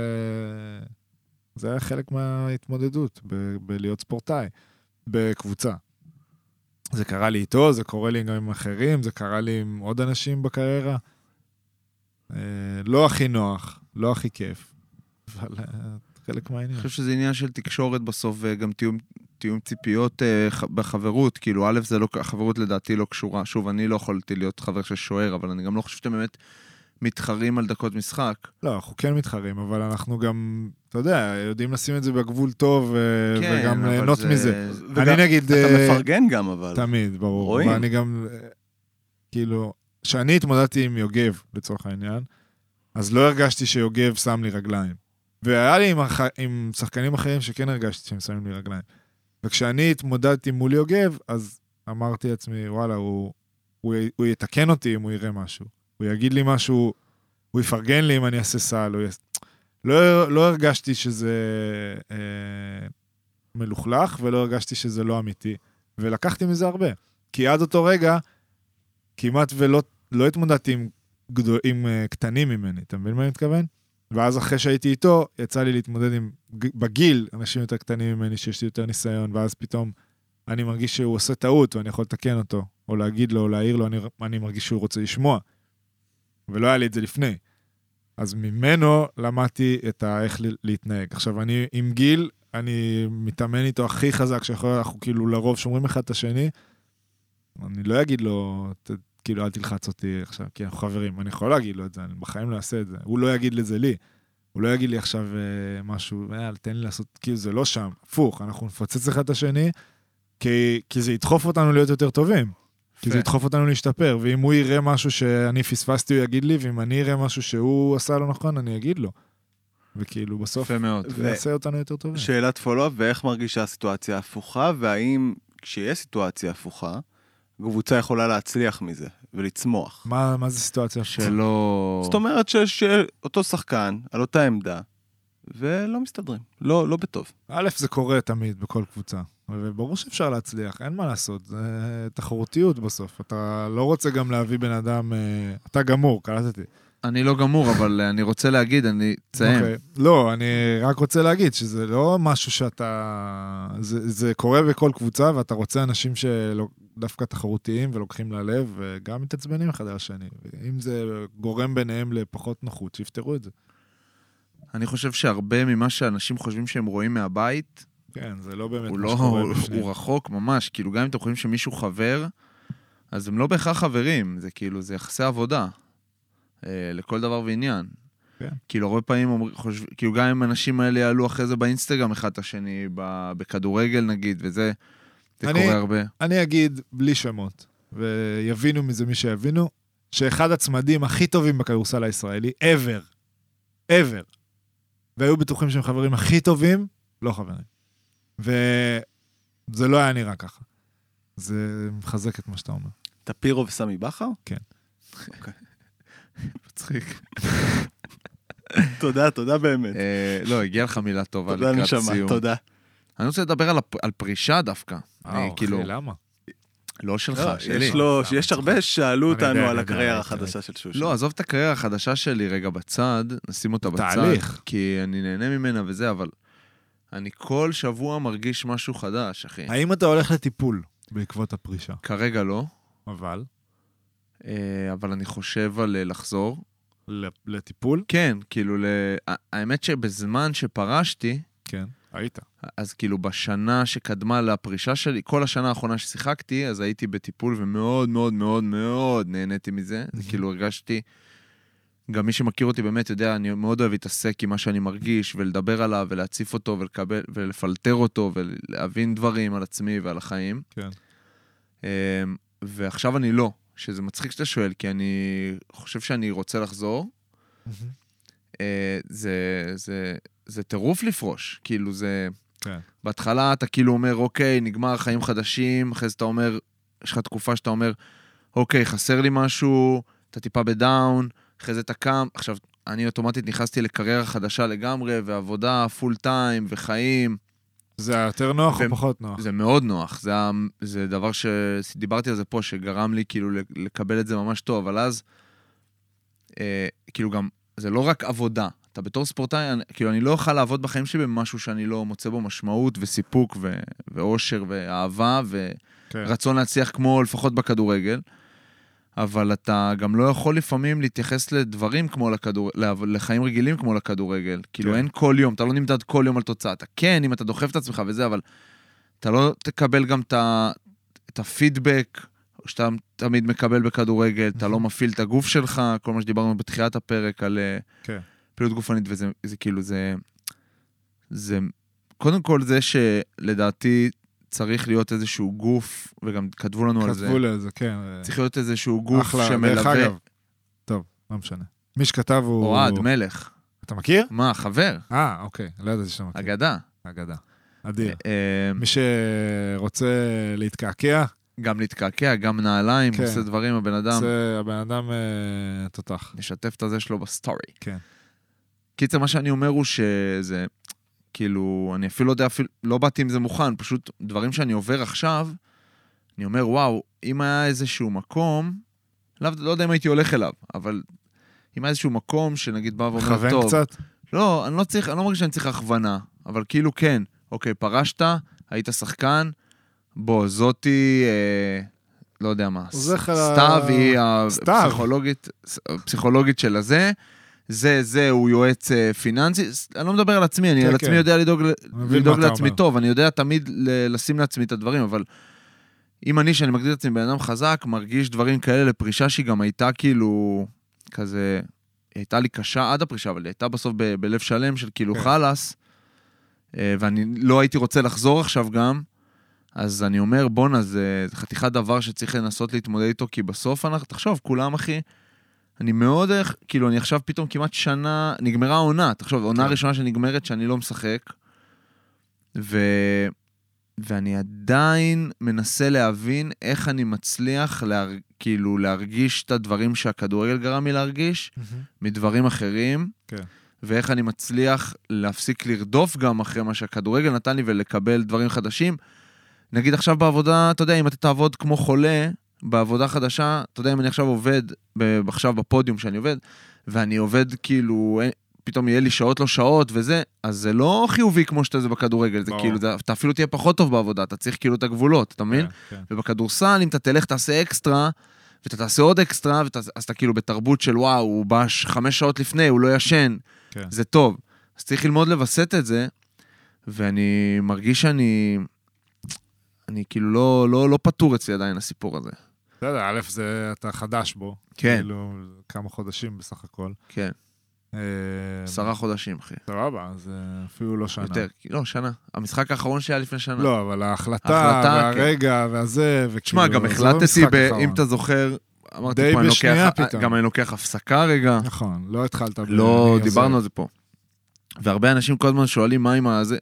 זה היה חלק מההתמודדות ב- בלהיות ספורטאי, בקבוצה. זה קרה לי איתו, זה קורה לי גם עם אחרים, זה קרה לי עם עוד אנשים בקריירה. אה, לא הכי נוח, לא הכי כיף, אבל אה, חלק מהעניין. אני חושב שזה עניין של תקשורת בסוף, וגם תיאום, תיאום ציפיות אה, ח- בחברות, כאילו, א', זה לא, החברות לדעתי לא קשורה, שוב, אני לא יכולתי להיות חבר של שוער, אבל אני גם לא חושב שאתם באמת מתחרים על דקות משחק. לא, אנחנו כן מתחרים, אבל אנחנו גם, אתה יודע, יודעים לשים את זה בגבול טוב, אה, כן, וגם אבל ליהנות זה- מזה. וגם אני נגיד... אתה אה, מפרגן גם, אבל. תמיד, ברור. רואים. ואני גם, אה, כאילו, כשאני התמודדתי עם יוגב, לצורך העניין, אז לא הרגשתי שיוגב שם לי רגליים. והיה לי עם, הח... עם שחקנים אחרים שכן הרגשתי שהם שמים לי רגליים. וכשאני התמודדתי מול יוגב, אז אמרתי לעצמי, וואלה, הוא, הוא, הוא יתקן אותי אם הוא יראה משהו. הוא יגיד לי משהו, הוא יפרגן לי אם אני אעשה סל. הוא יס... לא, לא הרגשתי שזה אה, מלוכלך, ולא הרגשתי שזה לא אמיתי. ולקחתי מזה הרבה. כי עד אותו רגע, כמעט ולא לא התמודדתי עם, גדול, עם uh, קטנים ממני. אתה מבין מה אני מתכוון? ואז אחרי שהייתי איתו, יצא לי להתמודד עם, בגיל, אנשים יותר קטנים ממני, שיש לי יותר ניסיון, ואז פתאום אני מרגיש שהוא עושה טעות, ואני יכול לתקן אותו, או להגיד לו, או להעיר לו, אני, אני מרגיש שהוא רוצה לשמוע. ולא היה לי את זה לפני. אז ממנו למדתי את ה, איך להתנהג. עכשיו, אני עם גיל, אני מתאמן איתו הכי חזק, שיכול, אנחנו כאילו לרוב שומרים אחד את השני, אני לא אגיד לו, ת, כאילו, אל תלחץ אותי עכשיו, כי אנחנו חברים, אני יכול להגיד לו את זה, אני בחיים לא אעשה את זה, הוא לא יגיד לזה לי, הוא לא יגיד לי עכשיו אה, משהו, אה, תן לי לעשות, כאילו זה לא שם, הפוך, אנחנו נפוצץ אחד את השני, כי, כי זה ידחוף אותנו להיות יותר טובים, כי זה ידחוף אותנו להשתפר, ואם הוא יראה משהו שאני פספסתי, הוא יגיד לי, ואם אני אראה משהו שהוא עשה לו נכון, אני אגיד לו. וכאילו בסוף זה יעשה אותנו יותר טובים. שאלת פולו-אפ, ואיך מרגישה הסיטואציה ההפוכה, והאם כשיש סיטואציה הפוכה, קבוצה יכולה להצליח מזה ולצמוח. מה, מה זה סיטואציה שלא... זאת אומרת שיש אותו שחקן על אותה עמדה, ולא מסתדרים, לא, לא בטוב. א', זה קורה תמיד בכל קבוצה, וברור שאפשר להצליח, אין מה לעשות, זה תחרותיות בסוף. אתה לא רוצה גם להביא בן אדם, אתה גמור, קלטתי. אני לא גמור, אבל אני רוצה להגיד, אני ציים. Okay. לא, אני רק רוצה להגיד שזה לא משהו שאתה... זה, זה קורה בכל קבוצה, ואתה רוצה אנשים שדווקא תחרותיים ולוקחים ללב, וגם מתעצבנים אחד על השני. אם זה גורם ביניהם לפחות נוחות, שיפתרו את זה. אני חושב שהרבה ממה שאנשים חושבים שהם רואים מהבית, כן, זה לא באמת הוא מה לא, שקורה הוא, בפנים. הוא רחוק ממש, כאילו גם אם אתם חושבים שמישהו חבר, אז הם לא בהכרח חברים, זה כאילו, זה יחסי עבודה. לכל דבר ועניין. כן. כאילו, הרבה פעמים אומר, חושב, כאילו, גם אם האנשים האלה יעלו אחרי זה באינסטגרם אחד את השני, בכדורגל נגיד, וזה, זה אני, קורה הרבה. אני אגיד בלי שמות, ויבינו מזה מי שיבינו, שאחד הצמדים הכי טובים בכדורסל הישראלי, ever, ever, והיו בטוחים שהם חברים הכי טובים, לא חברים. וזה לא היה נראה ככה. זה מחזק את מה שאתה אומר. טפירו וסמי בכר? כן. אוקיי. מצחיק. תודה, תודה באמת. לא, הגיע לך מילה טובה לקראת סיום. תודה נשמה, תודה. אני רוצה לדבר על פרישה דווקא. אה, אחי, למה? לא שלך, שלי. יש הרבה ששאלו אותנו על הקריירה החדשה של שושי. לא, עזוב את הקריירה החדשה שלי רגע בצד, נשים אותה בצד. תהליך. כי אני נהנה ממנה וזה, אבל אני כל שבוע מרגיש משהו חדש, אחי. האם אתה הולך לטיפול בעקבות הפרישה? כרגע לא. אבל? אבל אני חושב על לחזור. לטיפול? כן, כאילו, האמת שבזמן שפרשתי, כן, היית. אז כאילו בשנה שקדמה לפרישה שלי, כל השנה האחרונה ששיחקתי, אז הייתי בטיפול ומאוד מאוד מאוד מאוד נהניתי מזה. כאילו הרגשתי, גם מי שמכיר אותי באמת יודע, אני מאוד אוהב להתעסק עם מה שאני מרגיש, ולדבר עליו, ולהציף אותו, ולקבל, ולפלטר אותו, ולהבין דברים על עצמי ועל החיים. כן. ועכשיו אני לא. שזה מצחיק שאתה שואל, כי אני חושב שאני רוצה לחזור. זה, זה, זה טירוף לפרוש. כאילו זה... בהתחלה אתה כאילו אומר, אוקיי, נגמר חיים חדשים, אחרי זה אתה אומר, יש לך תקופה שאתה אומר, אוקיי, חסר לי משהו, אתה טיפה בדאון, אחרי זה אתה קם. עכשיו, אני אוטומטית נכנסתי לקריירה חדשה לגמרי, ועבודה פול טיים, וחיים. זה יותר נוח ו... או פחות נוח? זה מאוד נוח, זה, זה דבר שדיברתי על זה פה, שגרם לי כאילו לקבל את זה ממש טוב, אבל אז, אה, כאילו גם, זה לא רק עבודה, אתה בתור ספורטאי, אני, כאילו אני לא אוכל לעבוד בחיים שלי במשהו שאני לא מוצא בו משמעות וסיפוק ו, ואושר ואהבה ורצון להצליח כמו לפחות בכדורגל, אבל אתה גם לא יכול לפעמים להתייחס לדברים כמו לכדור, לחיים רגילים כמו לכדורגל. כאילו אין כל יום, אתה לא נמדד כל יום על תוצאה. אתה כן, אם אתה דוחף את עצמך וזה, אבל אתה לא תקבל גם את הפידבק שאתה תמיד מקבל בכדורגל, אתה לא מפעיל את הגוף שלך, כל מה שדיברנו בתחילת הפרק על פעילות גופנית, וזה כאילו זה... זה קודם כל זה שלדעתי... צריך להיות איזשהו גוף, וגם כתבו לנו על זה. כתבו לזה, כן. צריך להיות איזשהו גוף אחלה, שמלווה. דרך אגב. טוב, לא משנה. מי שכתב הוא... אוהד, מלך. אתה מכיר? מה, חבר? אה, אוקיי. לא ידעתי שאתה מכיר. אגדה. אגדה. אדיר. מי שרוצה להתקעקע. גם להתקעקע, גם נעליים, עושה דברים, הבן אדם... זה הבן אדם תותח. נשתף את הזה שלו בסטורי. כן. קיצר, מה שאני אומר הוא שזה... כאילו, אני אפילו לא יודע, אפילו, לא באתי עם זה מוכן, פשוט דברים שאני עובר עכשיו, אני אומר, וואו, אם היה איזשהו מקום, לא, לא יודע אם הייתי הולך אליו, אבל אם היה איזשהו מקום שנגיד בא ואומר, מכוון טוב, קצת? לא, אני לא צריך, אני לא מרגיש שאני צריך הכוונה, אבל כאילו כן, אוקיי, פרשת, היית שחקן, בוא, זאתי, אה, לא יודע מה, עוזר לך ל- סתיו היא סתיו. הפסיכולוגית, הפסיכולוגית של הזה, זה, זה, הוא יועץ אה, פיננסי, אני לא מדבר על עצמי, אני כן, על כן. עצמי יודע לדאוג, ל- מבין לדאוג מה אתה לעצמי אומר. טוב, אני יודע תמיד ל- לשים לעצמי את הדברים, אבל אם אני, שאני מגדיר את עצמי בן אדם חזק, מרגיש דברים כאלה לפרישה שהיא גם הייתה כאילו, כזה, היא הייתה לי קשה עד הפרישה, אבל היא הייתה בסוף ב- בלב שלם של כאילו כן. חלס, אה, ואני לא הייתי רוצה לחזור עכשיו גם, אז אני אומר, בונה, זה חתיכת דבר שצריך לנסות להתמודד איתו, כי בסוף, אנחנו, תחשוב, כולם, אחי, אני מאוד, כאילו, אני עכשיו פתאום כמעט שנה, נגמרה העונה, תחשוב, עונה כן. ראשונה שנגמרת שאני לא משחק, ו... ואני עדיין מנסה להבין איך אני מצליח, להר... כאילו, להרגיש את הדברים שהכדורגל גרם לי להרגיש, מדברים אחרים, כן. ואיך אני מצליח להפסיק לרדוף גם אחרי מה שהכדורגל נתן לי ולקבל דברים חדשים. נגיד עכשיו בעבודה, אתה יודע, אם אתה תעבוד כמו חולה, בעבודה חדשה, אתה יודע, אם אני עכשיו עובד, ב- עכשיו בפודיום שאני עובד, ואני עובד כאילו, פתאום יהיה לי שעות לא שעות וזה, אז זה לא חיובי כמו שאתה זה בכדורגל, זה ברור. כאילו, זה- אתה אפילו תהיה פחות טוב בעבודה, אתה צריך כאילו את הגבולות, אתה מבין? כן, כן. ובכדורסל, אם אתה תלך, תעשה אקסטרה, ואתה תעשה עוד אקסטרה, ואתה, אז אתה כאילו בתרבות של וואו, הוא בא ש- חמש שעות לפני, הוא לא ישן, כן. זה טוב. אז צריך ללמוד לבסט את זה, ואני מרגיש שאני, אני כאילו לא, לא, לא פתור אצלי עדיין הסיפור הזה. בסדר, א', זה אתה חדש בו. כן. כאילו, כמה חודשים בסך הכל. כן, אה, עשרה חודשים, אחי. סבבה, אז אה, אפילו לא שנה. יותר, לא, שנה. המשחק האחרון שהיה לפני שנה. לא, אבל ההחלטה, ההחלטה, והרגע, והזה, וכאילו... תשמע, גם זה לא החלטתי, משחק ב- אחרון. אם אתה זוכר, אמרתי די פה, אני בשנייה לוקח, פתאום. גם אני לוקח הפסקה רגע. נכון, לא התחלת... ב- לא, אני דיברנו עוזר. על זה פה. והרבה אנשים כל הזמן שואלים מה עם הזה.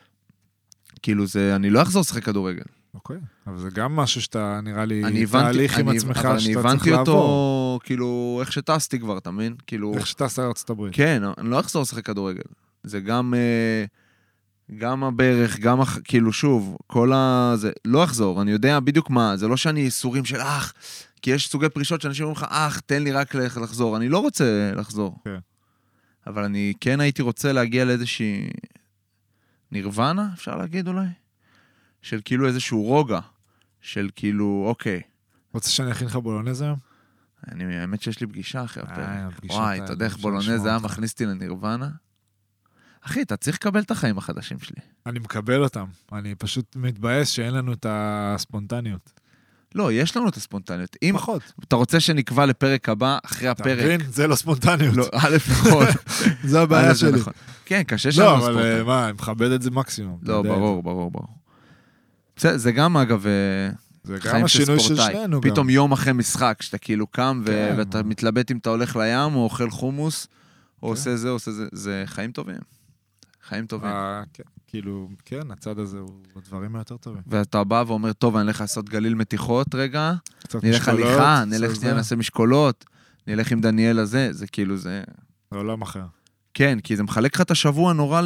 כאילו זה, אני לא אחזור לשחק כדורגל. אוקיי, אבל זה גם משהו שאתה, נראה לי, אני הבנתי, תהליך עם אני- עצמך אבל אני שאתה צריך הבנתי לעבור. אותו, כאילו, איך שטסתי כבר, אתה מבין? כאילו, איך שאתה עושה ארצות הברית. כן, אני לא אחזור לשחק כדורגל. זה גם, אה, גם הברך, גם, הח- כאילו, שוב, כל ה... זה, לא אחזור, אני יודע בדיוק מה, זה לא שאני איסורים של אח, כי יש סוגי פרישות שאנשים אומרים לך, אח, תן לי רק לח- לחזור. אני לא רוצה לחזור. כן. אבל אני כן הייתי רוצה להגיע לאיזושהי נירוונה, אפשר להגיד אולי? של כאילו איזשהו רוגע, של כאילו, אוקיי, רוצה שאני אכין לך בולונז היום? אני, האמת שיש לי פגישה אחרי אה, הפרק. הפגישה, וואי, אתה- אתה יודע איך אפשר בולונז לשמוע היה אותך. מכניס אותי לנירוונה? אחי, אתה צריך לקבל את החיים החדשים שלי. אני מקבל אותם. אני פשוט מתבאס שאין לנו את הספונטניות. לא, יש לנו את הספונטניות. אם פחות. אתה רוצה שנקבע לפרק הבא, אחרי אתה הפרק... מבין? זה לא ספונטניות. לא, א', נכון. זה א', הבעיה זה שלי. נכון. כן, קשה שלנו לא, אבל ספונטניות. אה, מה, אני מכבד את זה מקסימום. אתה לא, יודע את זה. ברור, ברור, ברור. בסדר, זה גם, אגב, אה, זה גם חיים השינוי של ספורטאי. שנינו גם. פתאום יום אחרי משחק, שאתה כאילו קם ו- כן. ואתה מתלבט אם אתה הולך לים, או אוכל חומוס, או כן. עושה זה, או עושה זה. זה חיים טובים. חיים טובים. אה, כן, כאילו, כן, הצד הזה הוא הדברים היותר טובים. ואתה בא ואומר, טוב, אני הולך לעשות גליל מתיחות רגע, קצת נלך משקולות, הליכה, זה נלך זה. שנייה, נעשה משקולות, נלך עם דניאל הזה, זה כאילו זה... זה עולם אחר. כן, כי זה מחלק לך את השבוע נורא ל...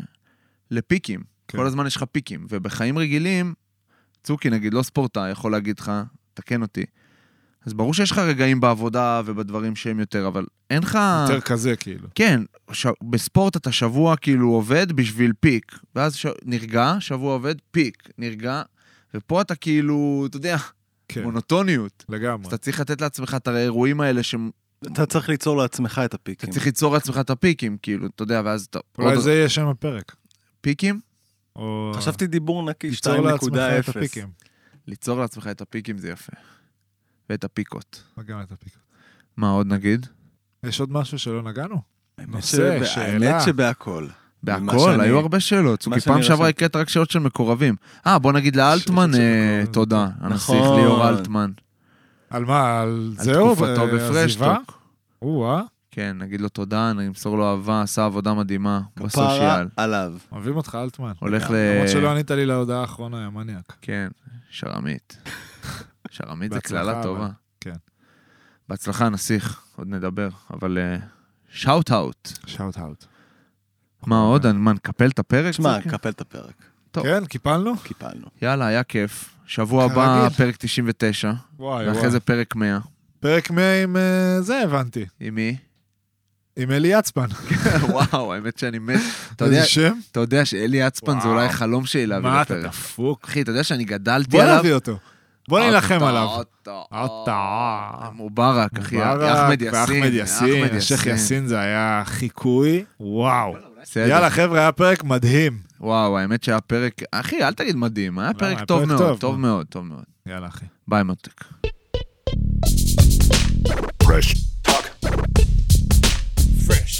לפיקים. כן. כל הזמן יש לך פיקים, ובחיים רגילים, צוקי נגיד, לא ספורטאי, יכול להגיד לך, תקן אותי. אז ברור שיש לך רגעים בעבודה ובדברים שהם יותר, אבל אין לך... יותר כזה, כאילו. כן, ש... בספורט אתה שבוע כאילו עובד בשביל פיק, ואז ש... נרגע, שבוע עובד, פיק, נרגע, ופה אתה כאילו, אתה יודע, כן, מונוטוניות. לגמרי. אז אתה צריך לתת לעצמך את האירועים האלה, שאתה אתה צריך ליצור לעצמך את הפיקים. צריך ליצור לעצמך את הפיקים, כאילו, אתה יודע, ואז אתה... אולי עוד- זה יהיה שם הפרק. פיקים? או... חשבתי דיבור נקי, ליצור שתיים לעצמך נקודה את אפס. הפיקים. ליצור לעצמך את הפיקים זה יפה. ואת הפיקות. וגם את הפיקות. מה עוד נגיד? יש עוד משהו שלא נגענו? האמת נושא, שב- שאלה. האמת שבהכל. ממה בהכל, שאני- היו הרבה שאלות. מה כי שאני פעם שעברה רשמתי. הקראת רק שאלות של מקורבים. אה, בוא נגיד לאלטמן, של אה, מקורבים, תודה. טוב. הנסיך נכון. ליאור אלטמן. על מה? על על זהו? תקופתו אה, עזיבה? בפרשטוק. או-אה, כן, נגיד לו תודה, נמסור לו אהבה, עשה עבודה מדהימה כפרה בסושיאל. עליו. אוהבים אותך, אלטמן. הולך ל... למרות שלא ענית לי להודעה האחרונה, יא מניאק. כן, שרמית. שרמית זה בהצלחה, קללה אבל. טובה. כן. בהצלחה, נסיך, עוד נדבר. אבל שאוט אאוט. שאוט אאוט. מה עוד? אני- מה, נקפל את הפרק? תשמע, צוקי? קפל את הפרק. טוב. כן, קיפלנו? קיפלנו. יאללה, היה כיף. שבוע הבא, כרגיל. פרק תשעים ותשע, וואי, ואחרי וואי. זה פרק מאה. פרק מאה עם אה, זה הבנתי. עם מי? עם אלי יצפן. וואו, האמת שאני מת. אתה איזה יודע- שם? אתה יודע שאלי יצפן זה וואו. אולי חלום שלי להביא מה, אתה לפרק. דפוק? אחי, אתה יודע שאני גדלתי בוא עליו? נביא אותו. בוא נילחם אותו, עליו. אותו, אותו. מובארק, אחי. מובארק אחמד יאסין. ואחמד יאסין, אחמד השייח יאסין זה היה חיקוי. וואו. בסדר. יאללה, חבר'ה, היה פרק מדהים. וואו, האמת שהיה פרק... אחי, אל תגיד מדהים, היה לא, פרק היה טוב פרק מאוד, טוב, טוב מה? מאוד, טוב מאוד. יאללה, אחי. ביי, מותק. Fresh talk. Fresh.